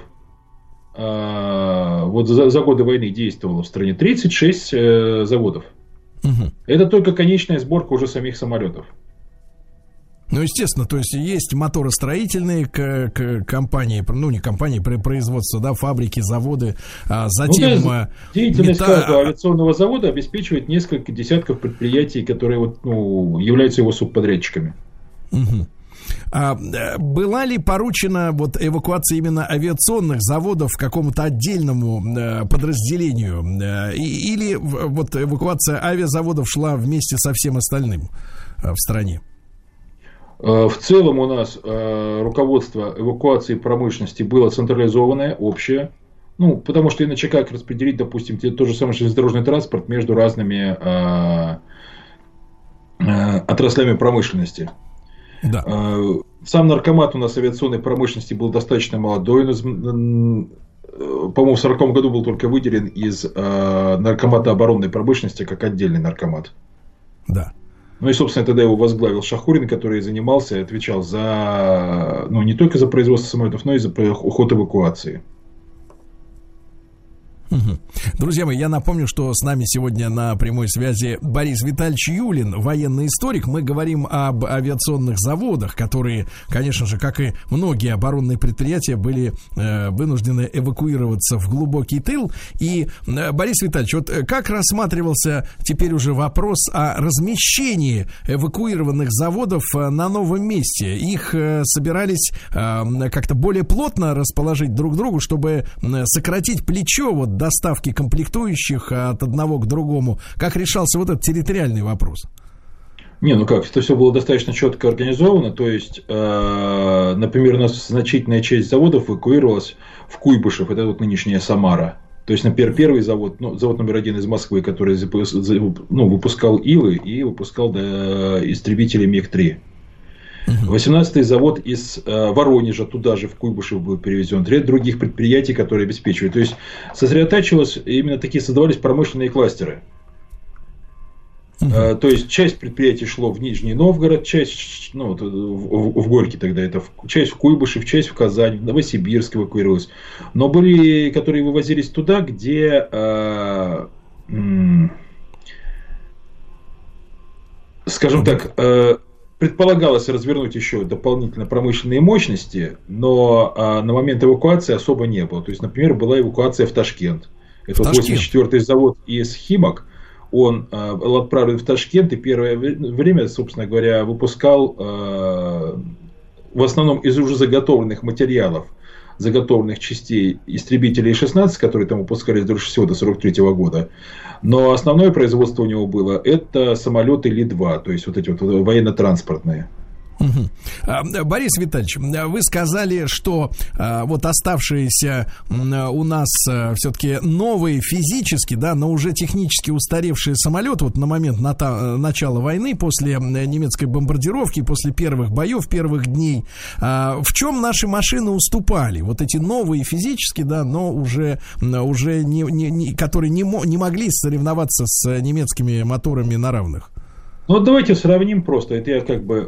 вот за годы войны действовало в стране 36 заводов. Угу. Это только конечная сборка уже самих самолетов. Ну, естественно, то есть есть моторостроительные компании, не компании, производства, да, фабрики, заводы, а затем... деятельность каждого авиационного завода обеспечивает несколько десятков предприятий, которые являются его субподрядчиками. Угу. А была ли поручена эвакуация именно авиационных заводов какому-то отдельному подразделению? Или эвакуация авиазаводов шла вместе со всем остальным в стране? В целом у нас руководство эвакуации промышленности было централизованное, общее. Потому что иначе как распределить, допустим, тот же самый железнодорожный транспорт между разными отраслями промышленности. Да. Сам наркомат у нас авиационной промышленности был достаточно молодой. По-моему, в 1940 году был только выделен из наркомата оборонной промышленности как отдельный наркомат. Да. И, собственно, тогда его возглавил Шахурин, который занимался и отвечал за, не только за производство самолетов, но и за ход эвакуации. Друзья мои, я напомню, что с нами сегодня на прямой связи Борис Витальевич Юлин, военный историк. Мы говорим об авиационных заводах, которые, конечно же, как и многие оборонные предприятия, были вынуждены эвакуироваться в глубокий тыл. И, Борис Витальевич, вот как рассматривался теперь уже вопрос о размещении эвакуированных заводов на новом месте? Их собирались как-то более плотно расположить друг к другу, чтобы сократить плечо вот доставки комплектующих от одного к другому. Как решался вот этот территориальный вопрос? Не, ну как, это все было достаточно четко организовано. То есть, например, у нас значительная часть заводов эвакуировалась в Куйбышев, это вот нынешняя Самара. То есть, например, первый завод, завод номер 1 из Москвы, который выпускал Илы и выпускал истребители МиГ-3. 18-й завод из Воронежа туда же в Куйбышев был перевезен. Ряд других предприятий, которые обеспечивают. То есть сосредотачивалось, именно такие создавались промышленные кластеры. То есть часть предприятий шло в Нижний Новгород, часть в Горький тогда это, часть в Куйбышев, часть в Казань, в Новосибирск эвакуировалась. Но были, которые вывозились туда, где скажем так, предполагалось развернуть еще дополнительно промышленные мощности, но на момент эвакуации особо не было. То есть, например, была эвакуация в Ташкент. Это 84-й завод из Химок. Он был отправлен в Ташкент и первое время, собственно говоря, выпускал в основном из уже заготовленных материалов, заготовленных частей истребителей Ил-16, которые там выпускались до 1943 года. Но основное производство у него было это самолеты Ли-2, то есть вот эти вот военно-транспортные. Борис Витальевич, вы сказали, что вот оставшиеся у нас все-таки новые физически, да, но уже технически устаревшие самолеты вот на момент начала войны, после немецкой бомбардировки, после первых боев, первых дней, в чем наши машины уступали? Вот эти новые физически, да, но уже которые не могли соревноваться с немецкими моторами на равных. Ну, вот давайте сравним просто. Это я как бы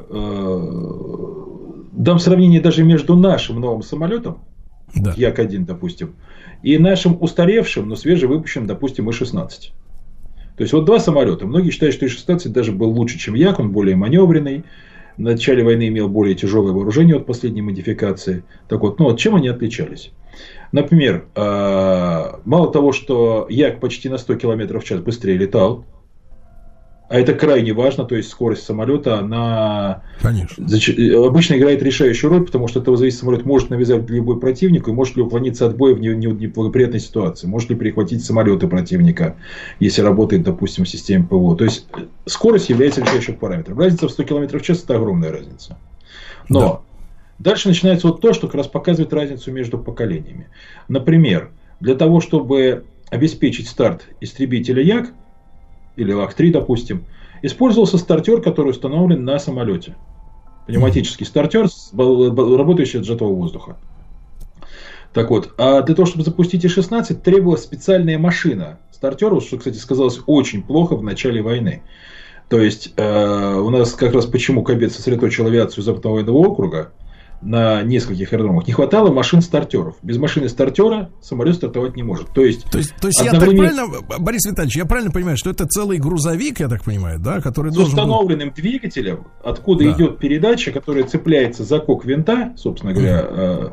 дам сравнение даже между нашим новым самолетом, да. Як-1, допустим, и нашим устаревшим, но свежевыпущенным, допустим, И-16. То есть, вот два самолета. Многие считают, что И-16 даже был лучше, чем Як, он более маневренный. В начале войны имел более тяжелое вооружение от последней модификации. Так вот, ну, чем они отличались? Например, мало того, что Як почти на 100 км в час быстрее летал, а это крайне важно, то есть скорость самолета, она обычно играет решающую роль, потому что от этого зависит, самолет может навязать любой противник и может ли уклониться от боя в неблагоприятной ситуации, может ли перехватить самолеты противника, если работает, допустим, система ПВО. То есть скорость является решающим параметром. Разница в 100 км в час – это огромная разница. Но дальше начинается вот то, что как раз показывает разницу между поколениями. Например, для того, чтобы обеспечить старт истребителя Як, или Лак-3, допустим, использовался стартер, который установлен на самолете. Пневматический стартер, работающий от сжатого воздуха. Так вот, а для того, чтобы запустить И-16, требовалась специальная машина стартеру, что, кстати, сказалось очень плохо в начале войны. То есть, у нас как раз почему Кобед сосредоточил авиацию Западного военного округа на нескольких аэродромах, не хватало машин-стартеров. Без машины-стартера самолет стартовать не может. То есть я так правильно, Борис Витальевич, я правильно понимаю, что это целый грузовик, я так понимаю, да, который с установленным двигателем, откуда идет передача, которая цепляется за кок винта, собственно говоря,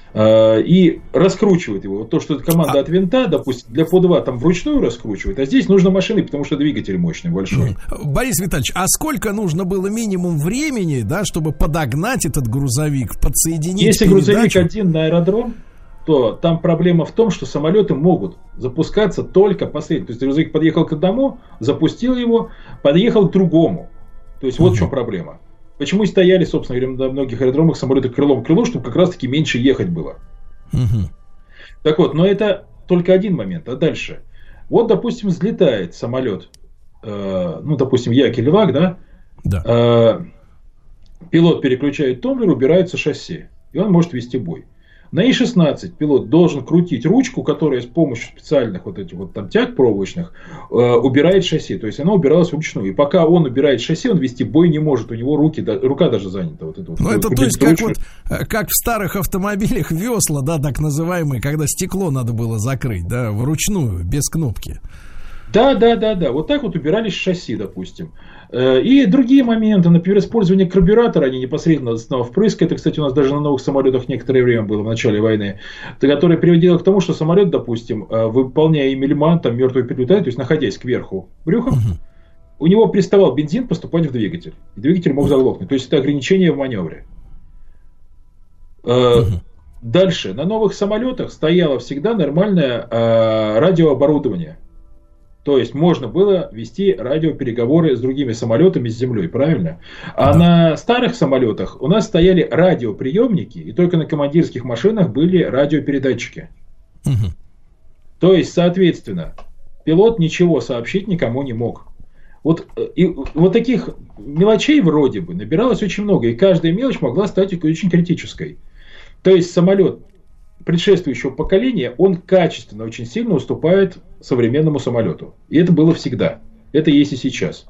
и раскручивает его. Вот то, что команда от винта, допустим, для По-2 там вручную раскручивает, а здесь нужно машины, потому что двигатель мощный, большой. Борис Витальевич, а сколько нужно было минимум времени, да, чтобы подогнать этот грузовик, подсоединить Если грузовик один на аэродром, то там проблема в том, что самолеты могут запускаться только последним. То есть грузовик подъехал к одному, запустил его, подъехал к другому. То есть вот в чем проблема. Почему и стояли, собственно говоря, на многих аэродромах самолеты крылом к крылу, чтобы как раз-таки меньше ехать было. Так вот, но это только один момент. А дальше. Вот, допустим, взлетает самолет, допустим, Як или Вак, да? Пилот переключает тумблер, убирается шасси, и он может вести бой. На И-16 пилот должен крутить ручку, которая с помощью специальных вот этих вот там тяг проволочных убирает шасси. То есть она убиралась вручную. И пока он убирает шасси, он вести бой не может. У него рука даже занята. Вот это вот, это то есть как в старых автомобилях весла, да, так называемые, когда стекло надо было закрыть, да, вручную, без кнопки. Да. Вот так вот убирались шасси, допустим. И другие моменты, например, использование карбюратора, они непосредственно основного впрыска. Это, кстати, у нас даже на новых самолетах некоторое время было в начале войны, которое приводило к тому, что самолет, допустим, выполняя эмельман, там, мертвую петлю, то есть находясь кверху брюхом, у него переставал бензин поступать в двигатель. И двигатель мог заглохнуть. То есть это ограничение в маневре. Дальше. На новых самолетах стояло всегда нормальное радиооборудование. То есть можно было вести радиопереговоры с другими самолетами, с землей, правильно? А на старых самолетах у нас стояли радиоприемники, и только на командирских машинах были радиопередатчики. То есть, соответственно, пилот ничего сообщить никому не мог. Вот таких мелочей вроде бы набиралось очень много, и каждая мелочь могла стать очень критической. То есть самолет предшествующего поколения, он качественно очень сильно уступает современному самолету. И это было всегда. Это есть и сейчас.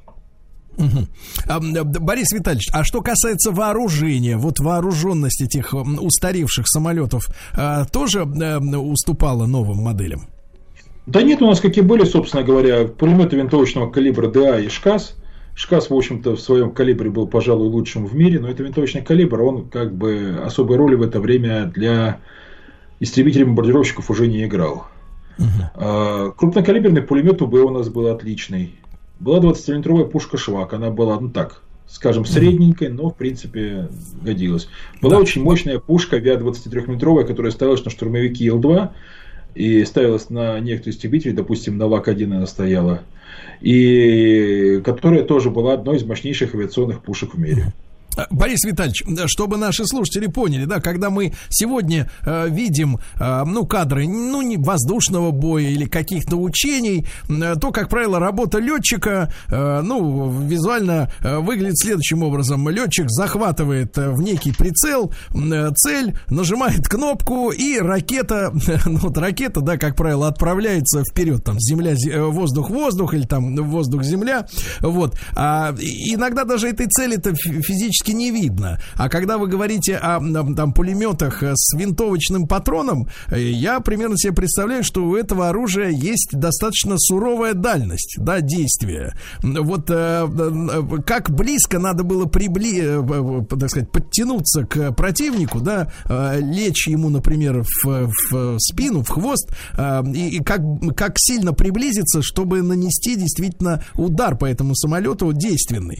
Борис Витальевич, а что касается вооружения, вот вооруженность этих устаревших самолетов тоже уступала новым моделям? Да нет, у нас как и были, собственно говоря, пулеметы винтовочного калибра ДА и ШКАС. ШКАС, в общем-то, в своем калибре был, пожалуй, лучшим в мире, но это винтовочный калибр, он как бы особой роли в это время для истребителей-бомбардировщиков уже не играл. Крупнокалиберный пулемет УБ у нас был отличный. Была 20-миллиметровая пушка «Швак». Она была, скажем, средненькой, но, в принципе, годилась. Была очень мощная пушка ВИА 23-миллиметровая, которая ставилась на штурмовики Ил-2 и ставилась на некоторые истребители, допустим, на ЛАК-1 она стояла. И которая тоже была одной из мощнейших авиационных пушек в мире. Борис Витальевич, чтобы наши слушатели поняли, да, когда мы сегодня видим, кадры, не воздушного боя или каких-то учений, то, как правило, работа летчика, визуально выглядит следующим образом. Летчик захватывает в некий прицел цель, нажимает кнопку, и ракета, да, как правило, отправляется вперед, там, земля, воздух, или там воздух-земля, вот. А иногда даже этой цели-то физически не видно. А когда вы говорите о пулеметах с винтовочным патроном, я примерно себе представляю, что у этого оружия есть достаточно суровая дальность, да, действия. Вот как близко надо было подтянуться к противнику, да, лечь ему, например, в спину, в хвост, и как сильно приблизиться, чтобы нанести действительно удар по этому самолету действенный.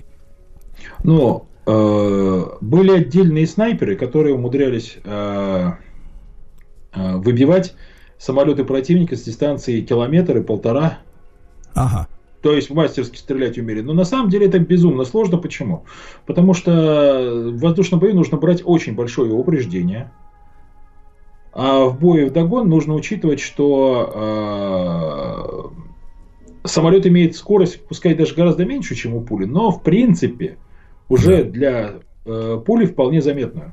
Были отдельные снайперы, которые умудрялись выбивать самолеты противника с дистанции 1,5 километра. То есть мастерски стрелять умели. Но на самом деле это безумно сложно. Почему? Потому что в воздушном бою нужно брать очень большое упреждение. А в бою вдогон нужно учитывать, что самолет имеет скорость, пускай даже гораздо меньше, чем у пули, но в принципе уже для пули вполне заметную.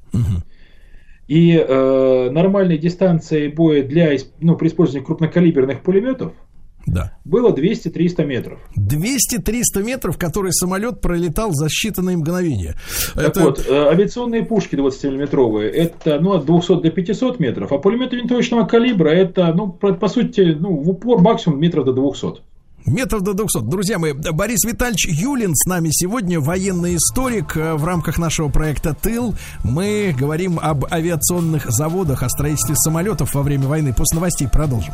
И нормальной дистанцией боя при использовании крупнокалиберных пулеметов было 200-300 метров. 200-300 метров, которые самолет пролетал за считанные мгновения. Авиационные пушки 20-миллиметровые это от 200 до 500 метров, а пулеметы винтовочного калибра это, по сути, в упор максимум метров до 200. Метров до 200. Друзья мои, Борис Витальевич Юлин с нами сегодня, военный историк. В рамках нашего проекта «Тыл» мы говорим об авиационных заводах, о строительстве самолетов во время войны. После новостей продолжим.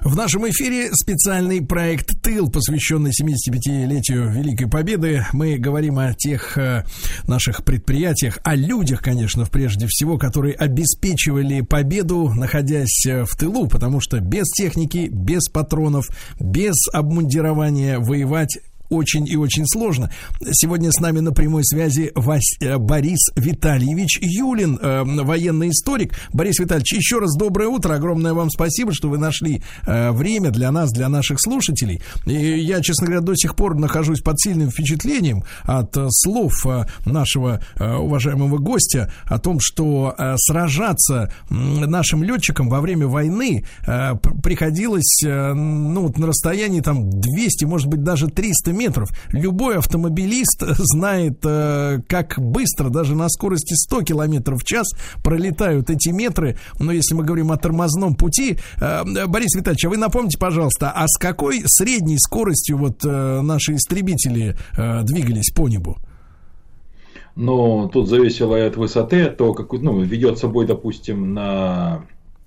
В нашем эфире специальный проект «Тыл», посвященный 75-летию Великой Победы. Мы говорим о тех наших предприятиях, о людях, конечно, прежде всего, которые обеспечивали победу, находясь в тылу, потому что без техники, без патронов, без обмундирования воевать очень и очень сложно. Сегодня с нами на прямой связи Борис Витальевич Юлин, военный историк. Борис Витальевич, еще раз доброе утро. Огромное вам спасибо, что вы нашли время для нас, для наших слушателей. И я, честно говоря, до сих пор нахожусь под сильным впечатлением от слов нашего уважаемого гостя о том, что сражаться нашим летчикам во время войны приходилось на расстоянии там 200, может быть, даже 300 метров. Любой автомобилист знает, как быстро, даже на скорости 100 километров в час пролетают эти метры. Но если мы говорим о тормозном пути, Борис Витальевич, а вы напомните, пожалуйста, а с какой средней скоростью вот наши истребители двигались по небу? Ну, тут зависело и от высоты, от того, как ведется бой, допустим, на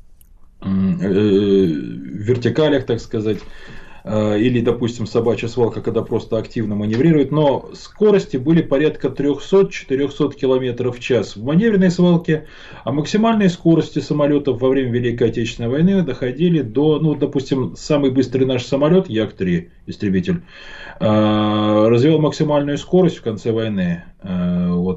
вертикалях, так сказать, или, допустим, собачья свалка, когда просто активно маневрирует, но скорости были порядка 300-400 км в час в маневренной свалке, а максимальные скорости самолетов во время Великой Отечественной войны доходили до, допустим, самый быстрый наш самолет, Як-3, истребитель, развивал максимальную скорость в конце войны, в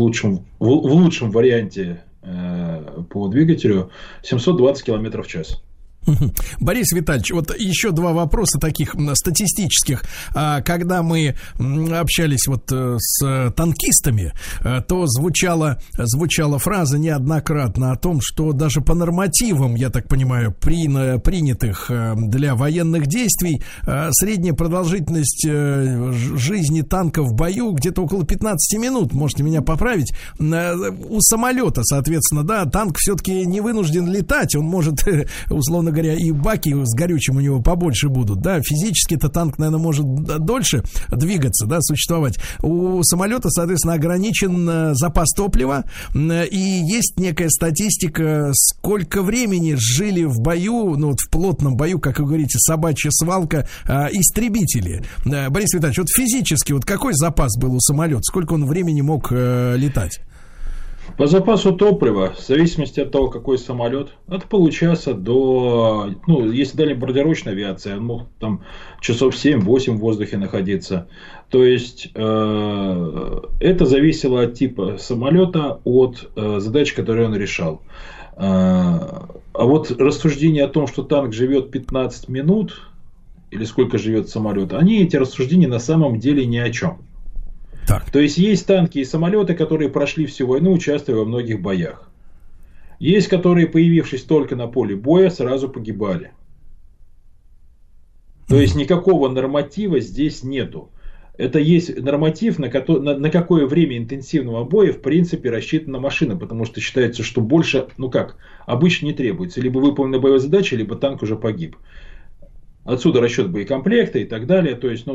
лучшем варианте по двигателю 720 км в час. Борис Витальевич, вот еще два вопроса таких статистических. Когда мы общались вот с танкистами, то звучала фраза неоднократно о том, что даже по нормативам, я так понимаю, принятых для военных действий, средняя продолжительность жизни танка в бою где-то около 15 минут, можете меня поправить. У самолета, соответственно, да, танк все-таки не вынужден летать, он может, условно говоря, и баки с горючим у него побольше будут, да, физически-то танк, наверное, может дольше двигаться, да, существовать. У самолета, соответственно, ограничен запас топлива, и есть некая статистика, сколько времени жили в бою, в плотном бою, как вы говорите, собачья свалка, истребители. Борис Витальевич, вот физически, вот какой запас был у самолета, сколько он времени мог летать? По запасу топлива, в зависимости от того, какой самолет, от получаса до, если дальнебомбардировочная авиация, он мог там часов 7-8 в воздухе находиться. То есть, это зависело от типа самолета, от задач, которые он решал. А вот рассуждение о том, что танк живет 15 минут, или сколько живет самолет, эти рассуждения на самом деле ни о чем. Так. То есть, есть танки и самолеты, которые прошли всю войну, участвуя во многих боях. Есть, которые, появившись только на поле боя, сразу погибали. То есть, никакого норматива здесь нету. Это есть норматив, на какое время интенсивного боя, в принципе, рассчитана машина. Потому что считается, что больше, обычно не требуется. Либо выполнена боевая задача, либо танк уже погиб. Отсюда расчет боекомплекта и так далее. То есть,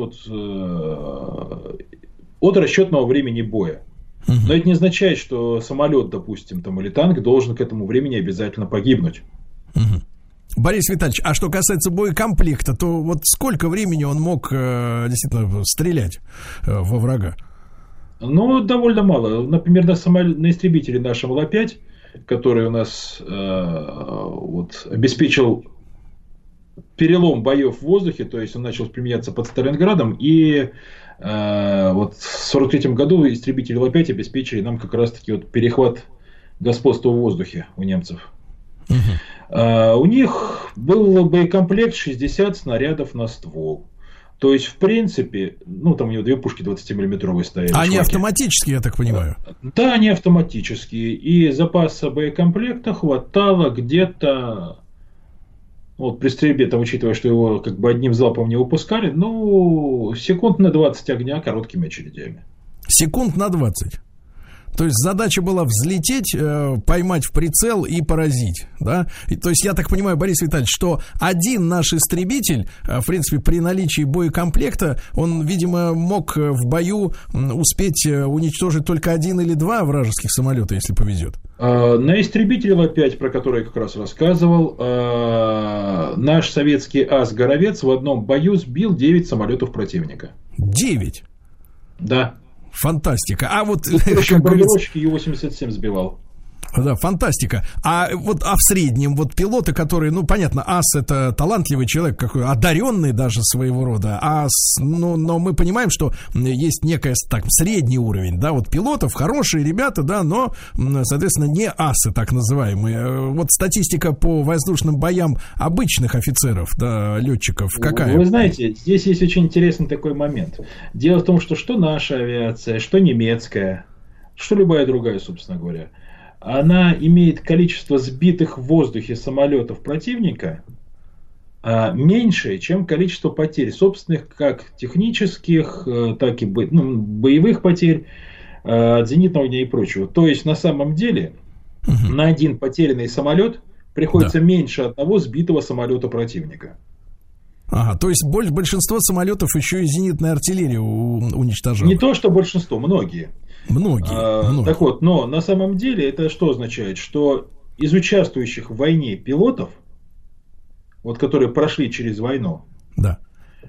от расчетного времени боя. Но это не означает, что самолет, допустим, или танк должен к этому времени обязательно погибнуть. Борис Витальевич, а что касается боекомплекта, то вот сколько времени он мог действительно стрелять во врага? Довольно мало. Например, на истребителе нашем Ла-5, который у нас обеспечил перелом боев в воздухе, то есть он начал применяться под Сталинградом, и в 1943 году истребители Ла-5 обеспечили нам как раз-таки перехват господства в воздухе у немцев. У них был боекомплект 60 снарядов на ствол. То есть, в принципе, там у него 2 пушки 20-миллиметровые стояли. Они автоматические, я так понимаю? Да, они автоматические. И запаса боекомплекта хватало где-то... при стрельбе, учитывая, что его одним залпом не выпускали, секунд на 20 огня короткими очередями. Секунд на 20? То есть задача была взлететь, поймать в прицел и поразить, да? То есть я так понимаю, Борис Витальевич, что один наш истребитель, в принципе, при наличии боекомплекта, он, видимо, мог в бою успеть уничтожить только 1 или 2 вражеских самолета, если повезет. На истребителе Ла-5, про который я как раз рассказывал, наш советский ас Горовец в одном бою сбил 9 самолетов противника. 9? Да. Фантастика. А вот... Причем бомбардировщики Ю-87 сбивал. Да, фантастика. А в среднем, вот пилоты, которые, ну, понятно, ас — это талантливый человек, какой одаренный даже своего рода, но мы понимаем, что есть некая, так, средний уровень, да, вот пилотов, хорошие ребята, да, но, соответственно, не асы, так называемые. Вот статистика по воздушным боям обычных офицеров, да, летчиков, какая? Вы знаете, здесь есть очень интересный такой момент. Дело в том, что наша авиация, что немецкая, что любая другая, собственно говоря, она имеет количество сбитых в воздухе самолетов противника меньше, чем количество потерь собственных, как технических, так и боевых потерь от зенитного огня и прочего. То есть, на самом деле, на один потерянный самолет приходится меньше одного сбитого самолета противника. Ага, то есть большинство самолетов еще и зенитная артиллерия уничтожала. Не то, что большинство, многие. Многие. Так вот, но на самом деле это что означает? Что из участвующих в войне пилотов, вот которые прошли через войну, да,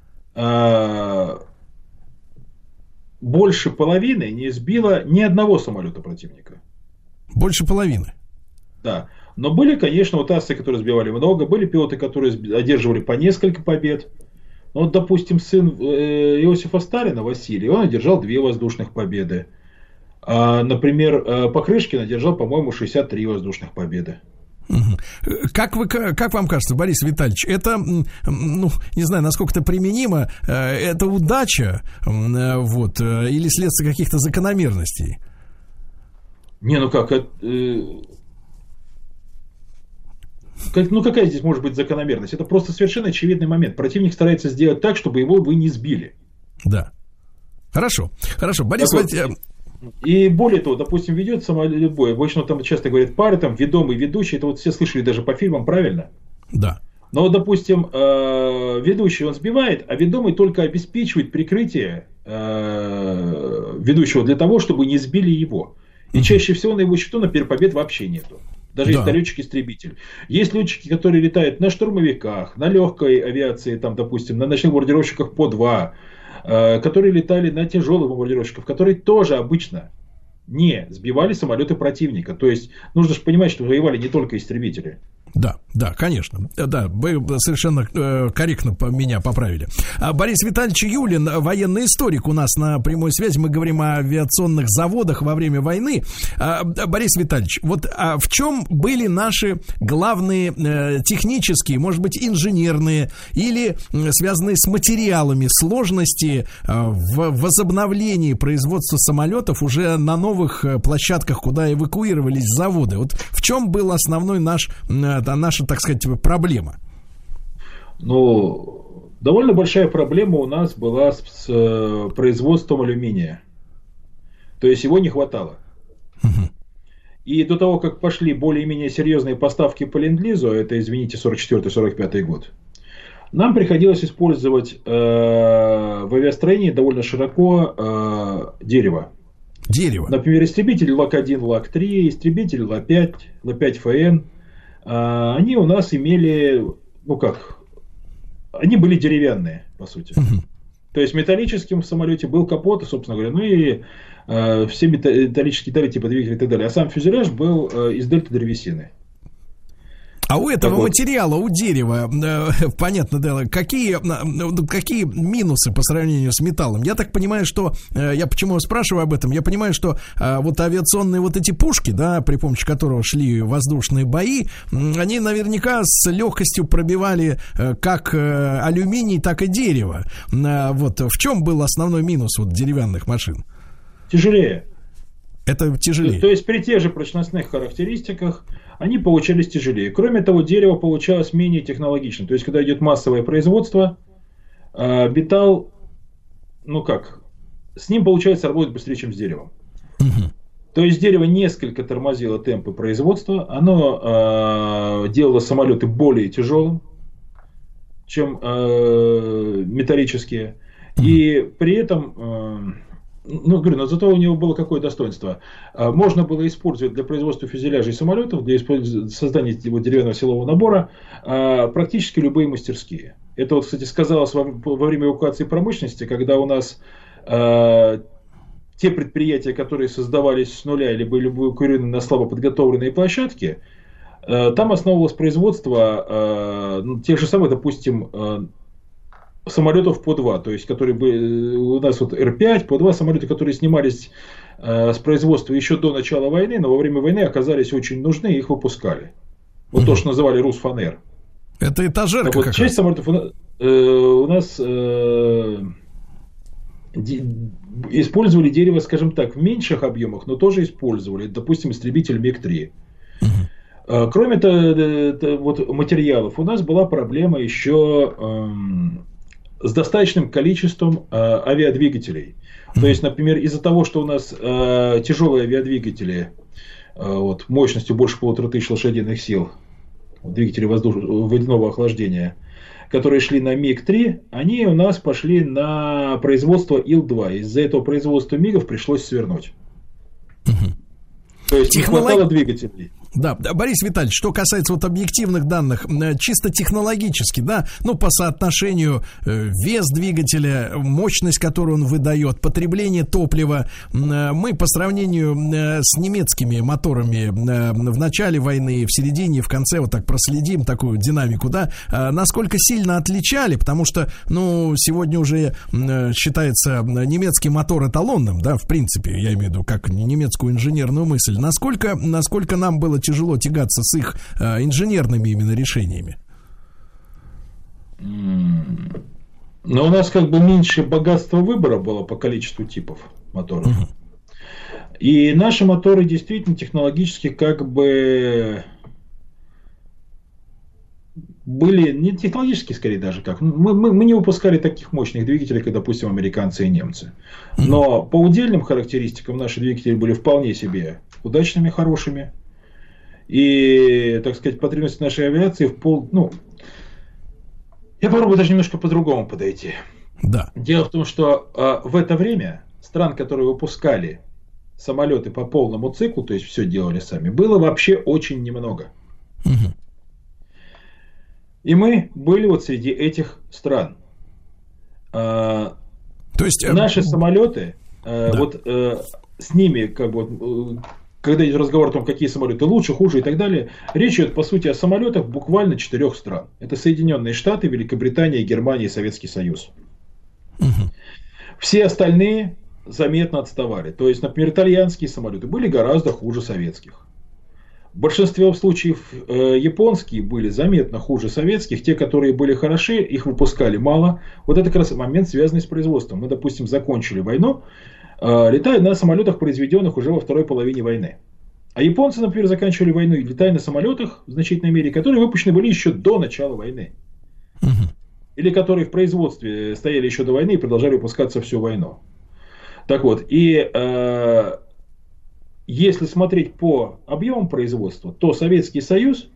больше половины не сбило ни одного самолета противника. Больше половины? Да. Но были, конечно, вот асы, которые сбивали много, были пилоты, которые одерживали по несколько побед. Ну, вот, допустим, сын Иосифа Сталина, Василий, он одержал 2 воздушных победы. Например, Покрышкин одержал, по-моему, 63 воздушных победы. Как вам кажется, Борис Витальевич, это, ну, не знаю, насколько это применимо, это удача, вот, или следствие каких-то закономерностей? Не, ну как, ну какая здесь может быть закономерность? Это просто совершенно очевидный момент. Противник старается сделать так, чтобы его вы не сбили. Да. Хорошо. Борис Витальевич... И более того, допустим, ведет самолет бой. Обычно там часто говорят пары, там, ведомый, ведущий. Это вот все слышали даже по фильмам, правильно? Да. Но вот, допустим, ведущий он сбивает, а ведомый только обеспечивает прикрытие ведущего для того, чтобы не сбили его. И чаще всего на его счету, например, побед вообще нету. Даже если летчик-истребитель. Есть летчики, которые летают на штурмовиках, на легкой авиации, там, допустим, на ночных бомбардировщиках по 2, которые летали на тяжелых бомбардировщиках, которые тоже обычно не сбивали самолеты противника. То есть нужно же понимать, что воевали не только истребители. Да, конечно. Да, вы совершенно корректно меня поправили. Борис Витальевич Юлин, военный историк, у нас на прямой связи. Мы говорим о авиационных заводах во время войны. Борис Витальевич, вот в чем были наши главные технические, может быть, инженерные или связанные с материалами сложности в возобновлении производства самолетов уже на новых площадках, куда эвакуировались заводы? Вот в чем был основной наша, так сказать, проблема? Ну, довольно большая проблема у нас была с производством алюминия. То есть его не хватало. И до того, как пошли более-менее серьезные поставки по ленд-лизу, это, извините, 44-45 год, нам приходилось использовать в авиастроении довольно широко дерево. Например, истребитель ЛАК-1, ЛАК-3, истребитель Ла-5, Ла-5ФН. Они у нас имели, они были деревянные, по сути. То есть металлическим в самолете был капот, собственно говоря, ну и все металлические детали типа двигателя и так далее. А сам фюзеляж был из дельта-древесины. А у этого материала, у дерева, понятно, да, какие минусы по сравнению с металлом? Я так понимаю, что, я почему спрашиваю об этом, я понимаю, что вот авиационные вот эти пушки, да, при помощи которого шли воздушные бои, они наверняка с легкостью пробивали как алюминий, так и дерево. Вот в чем был основной минус вот деревянных машин? Тяжелее. Это тяжелее. То есть при тех же прочностных характеристиках они получались тяжелее. Кроме того, дерево получалось менее технологично. То есть, когда идет массовое производство, металл, с ним получается работать быстрее, чем с деревом. То есть, дерево несколько тормозило темпы производства. Оно делало самолеты более тяжелым, чем металлические. И при этом говорю, но зато у него было какое достоинство. Можно было использовать для производства фюзеляжей самолетов, для создания его деревянного силового набора практически любые мастерские. Это вот, кстати, сказалось во время эвакуации промышленности, когда у нас те предприятия, которые создавались с нуля или были эвакуированы на слабо подготовленные площадки, там основывалось производство тех же самых, допустим, самолетов По-2, то есть которые были у нас вот Р-5, По-2 самолеты, которые снимались с производства еще до начала войны, но во время войны оказались очень нужны, и их выпускали. Вот то, что называли Русфанер. Это этажерка вот, часть самолетов у нас использовали дерево, скажем так, в меньших объемах, но тоже использовали. Допустим, истребитель МиГ-3. Кроме вот, материалов, у нас была проблема еще с достаточным количеством авиадвигателей. То есть, например, из-за того, что у нас тяжелые авиадвигатели вот, мощностью больше 1500 лошадиных сил, двигатели водяного охлаждения, которые шли на МиГ-3, они у нас пошли на производство Ил-2. Из-за этого производства МиГов пришлось свернуть. То есть не хватало двигателей. Да, Борис Витальевич, что касается вот объективных данных, чисто технологически, да, ну, по соотношению вес двигателя, мощность, которую он выдает, потребление топлива, мы по сравнению с немецкими моторами в начале войны, в середине и в конце вот так проследим такую динамику, да, насколько сильно отличали, потому что, ну, сегодня уже считается немецкий мотор эталонным, да, в принципе, я имею в виду, как немецкую инженерную мысль. Насколько нам было тяжело тягаться с их инженерными именно решениями? Но у нас как бы меньше богатства выбора было по количеству типов моторов. И наши моторы действительно технологически как бы были, не технологически скорее даже как, мы не выпускали таких мощных двигателей, как, допустим, американцы и немцы. Но по удельным характеристикам наши двигатели были вполне себе удачными, хорошими. И, так сказать, потребности нашей авиации я попробую даже немножко по-другому подойти. Да. Дело в том, что в это время стран, которые выпускали самолеты по полному циклу, то есть все делали сами, было вообще очень немного. И мы были вот среди этих стран. То есть наши самолеты, да. Вот с ними, как бы, когда идет разговор о том, какие самолеты лучше, хуже и так далее, речь идет, по сути, о самолетах буквально 4 стран. Это Соединенные Штаты, Великобритания, Германия и Советский Союз. Все остальные заметно отставали. То есть, например, итальянские самолеты были гораздо хуже советских. В большинстве случаев японские были заметно хуже советских. Те, которые были хороши, их выпускали мало. Вот это как раз момент, связанный с производством. Мы, допустим, закончили войну, летая на самолетах, произведенных уже во второй половине войны. А японцы, например, заканчивали войну, летая на самолетах в значительной мере, которые выпущены были еще до начала войны. Или которые в производстве стояли еще до войны и продолжали выпускаться всю войну. Так вот, и если смотреть по объемам производства, то Советский Союз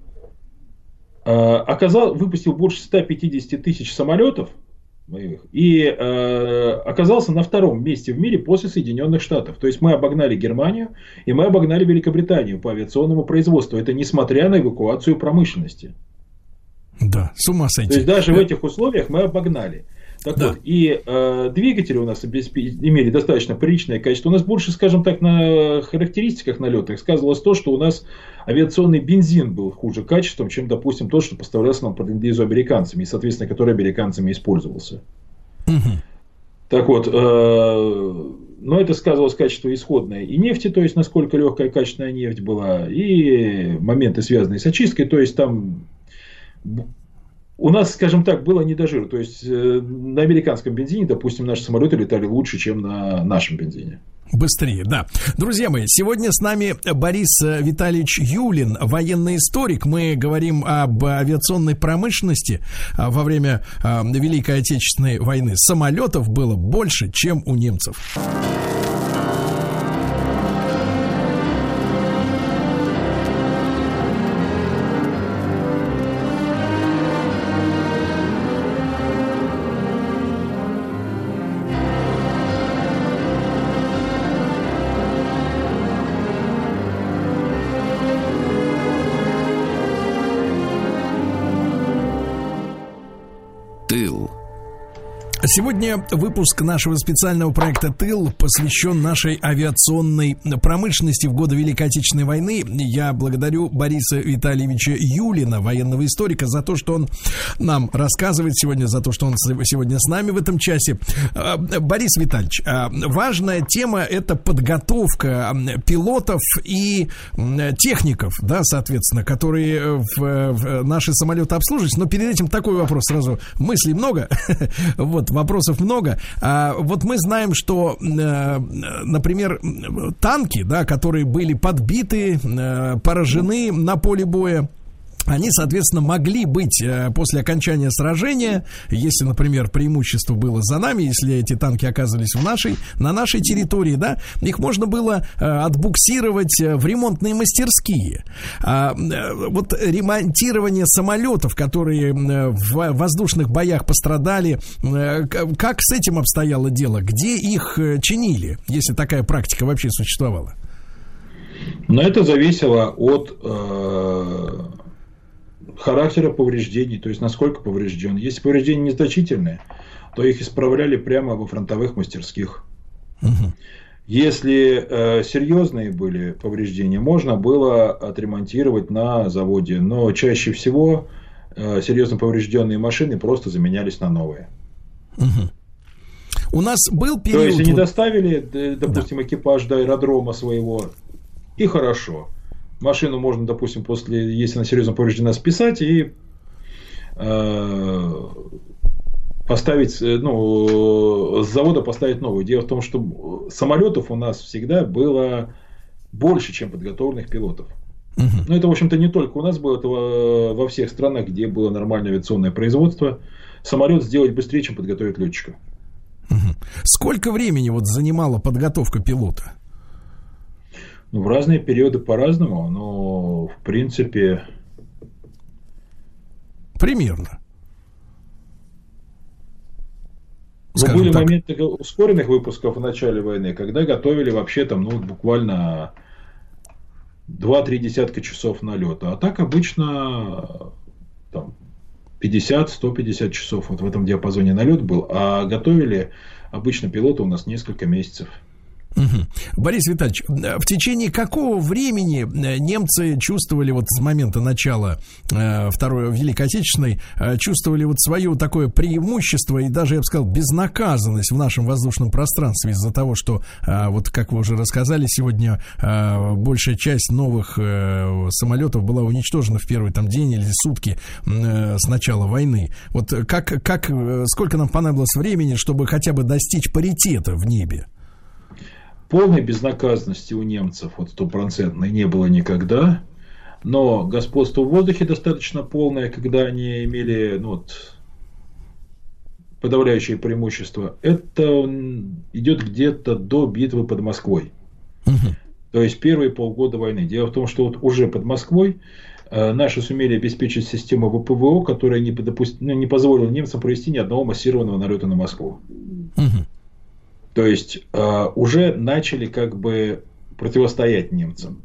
выпустил больше 150 тысяч самолетов и оказался на 2-м месте в мире после Соединенных Штатов. То есть мы обогнали Германию и мы обогнали Великобританию по авиационному производству. Это несмотря на эвакуацию промышленности. Да, с ума сойти. То есть даже в этих условиях мы обогнали. Так вот, и двигатели у нас имели достаточно приличное качество. У нас больше, скажем так, на характеристиках налетных сказывалось то, что у нас авиационный бензин был хуже качеством, чем, допустим, тот, что поставлялся нам по ленд-лизу американцами, и, соответственно, который американцами использовался. Так вот, но это сказывалось качество исходное и нефти, то есть насколько легкая качественная нефть была, и моменты, связанные с очисткой, то есть там... У нас, скажем так, было не до жира. То есть на американском бензине, допустим, наши самолеты летали лучше, чем на нашем бензине. Быстрее, да. Друзья мои, сегодня с нами Борис Витальевич Юлин, военный историк. Мы говорим об авиационной промышленности. Во время Великой Отечественной войны самолетов было больше, чем у немцев. Сегодня выпуск нашего специального проекта «Тыл» посвящен нашей авиационной промышленности в годы Великой Отечественной войны. Я благодарю Бориса Витальевича Юлина, военного историка, за то, что он нам рассказывает сегодня, за то, что он сегодня с нами в этом часе. Борис Витальевич, важная тема – это подготовка пилотов и техников, да, соответственно, которые в наши самолеты обслуживают. Но перед этим такой вопрос сразу. Мыслей много. Вот, вопросов много. Вот мы знаем, что, например, танки, да, которые были подбиты, поражены на поле боя, они, соответственно, могли быть после окончания сражения, если, например, преимущество было за нами, если эти танки оказывались на нашей территории, да, их можно было отбуксировать в ремонтные мастерские. Вот ремонтирование самолетов, которые в воздушных боях пострадали, как с этим обстояло дело? Где их чинили, если такая практика вообще существовала? Но это зависело от характера повреждений, то есть насколько поврежден. Если повреждения незначительные, то их исправляли прямо во фронтовых мастерских. Если серьезные были повреждения, можно было отремонтировать на заводе, но чаще всего серьезно поврежденные машины просто заменялись на новые. У нас был период... То есть они доставили, допустим, экипаж до аэродрома своего, и хорошо. Машину можно, допустим, если она серьезно повреждена, списать и поставить, с завода поставить новую. Дело в том, что самолетов у нас всегда было больше, чем подготовленных пилотов. Но это, в общем-то, не только у нас было, это во всех странах, где было нормальное авиационное производство. Самолет сделать быстрее, чем подготовить летчика. Сколько времени вот занимала подготовка пилота? В разные периоды по-разному, но в принципе... Примерно. Были моменты ускоренных выпусков в начале войны, когда готовили вообще там, буквально 2-3 десятка часов налета. А так обычно там 50-150 часов вот в этом диапазоне налет был, а готовили обычно пилоты у нас несколько месяцев. Борис Витальевич, в течение какого времени немцы чувствовали вот с момента начала Второй Великой Отечественной, чувствовали вот свое такое преимущество и даже, я бы сказал, безнаказанность в нашем воздушном пространстве из-за того, что, вот как вы уже рассказали сегодня, большая часть новых самолетов была уничтожена в первый там день или сутки с начала войны. Вот сколько нам понадобилось времени, чтобы хотя бы достичь паритета в небе? Полной безнаказанности у немцев, вот стопроцентной, не было никогда. Но господство в воздухе достаточно полное, когда они имели подавляющее преимущество. Это идет где-то до битвы под Москвой. То есть первые полгода войны. Дело в том, что вот уже под Москвой наши сумели обеспечить систему ВПВО, которая не позволила немцам провести ни одного массированного налета на Москву. То есть уже начали как бы противостоять немцам.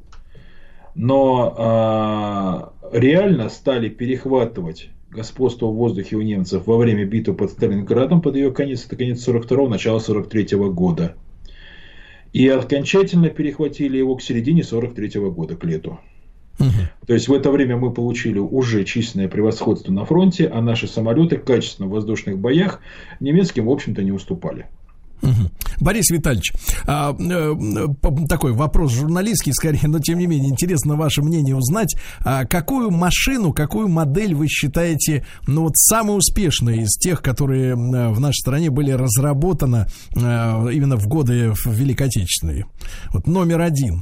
Но реально стали перехватывать господство в воздухе у немцев во время битвы под Сталинградом, под ее конец, это конец 42-го, начало 43-го года. И окончательно перехватили его к середине 43-го года, к лету. То есть в это время мы получили уже численное превосходство на фронте, а наши самолеты качественно в воздушных боях немецким, в общем-то, не уступали. Борис Витальевич, такой вопрос журналистский скорее, но тем не менее интересно ваше мнение узнать. Какую машину, какую модель вы считаете самой успешной из тех, которые в нашей стране были разработаны именно в годы Великой Отечественной? Вот номер один.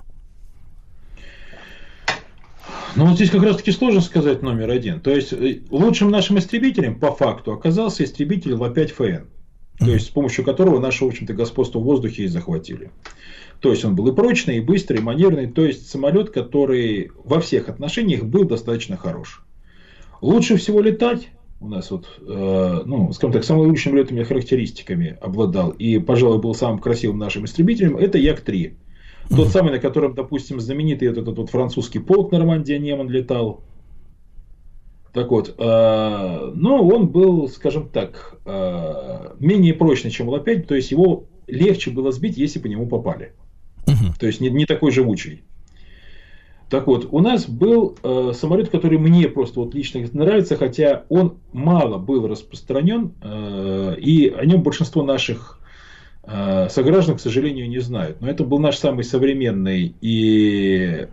Вот здесь как раз таки сложно сказать номер один. То есть лучшим нашим истребителем по факту оказался истребитель Ла-5ФН. То есть с помощью которого наше, в общем-то, господство в воздухе и захватили. То есть он был и прочный, и быстрый, и маневренный. То есть самолет, который во всех отношениях был достаточно хорош. Лучше всего летать у нас скажем так, самыми лучшими летными характеристиками обладал и, пожалуй, был самым красивым нашим истребителем, это Як-3. Тот самый, на котором, допустим, знаменитый этот французский полк Нормандия-Неман летал. Так вот, но он был, скажем так, менее прочный, чем Ил-5, то есть его легче было сбить, если по нему попали. То есть не такой живучий. Так вот, у нас был самолет, который мне просто вот лично нравится, хотя он мало был распространен, и о нем большинство наших сограждан, к сожалению, не знают. Но это был наш самый современный и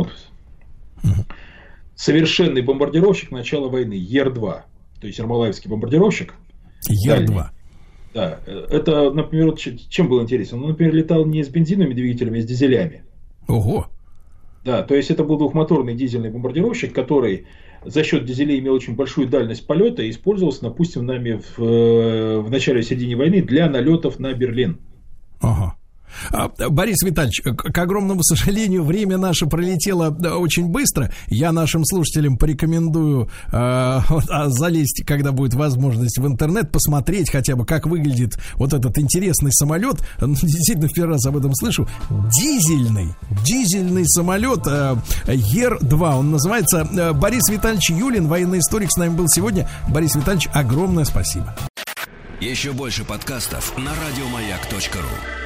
совершенный бомбардировщик начала войны, Ер-2, то есть Ермолаевский бомбардировщик. Ер-2. Да, это, например, чем был интересен? Он, например, летал не с бензиновыми двигателями, а с дизелями. Ого! Да, то есть это был двухмоторный дизельный бомбардировщик, который за счет дизелей имел очень большую дальность полета и использовался, допустим, нами в начале и середине войны для налетов на Берлин. Ага. Борис Витальевич, к огромному сожалению, время наше пролетело очень быстро. Я нашим слушателям порекомендую залезть, когда будет возможность, в интернет, посмотреть хотя бы, как выглядит вот этот интересный самолет. Действительно, в первый раз об этом слышу. Дизельный самолет Ер-2, он называется. Борис Витальевич Юлин, военный историк, с нами был сегодня. Борис Витальевич, огромное спасибо. Еще больше подкастов на радиомаяк.ру.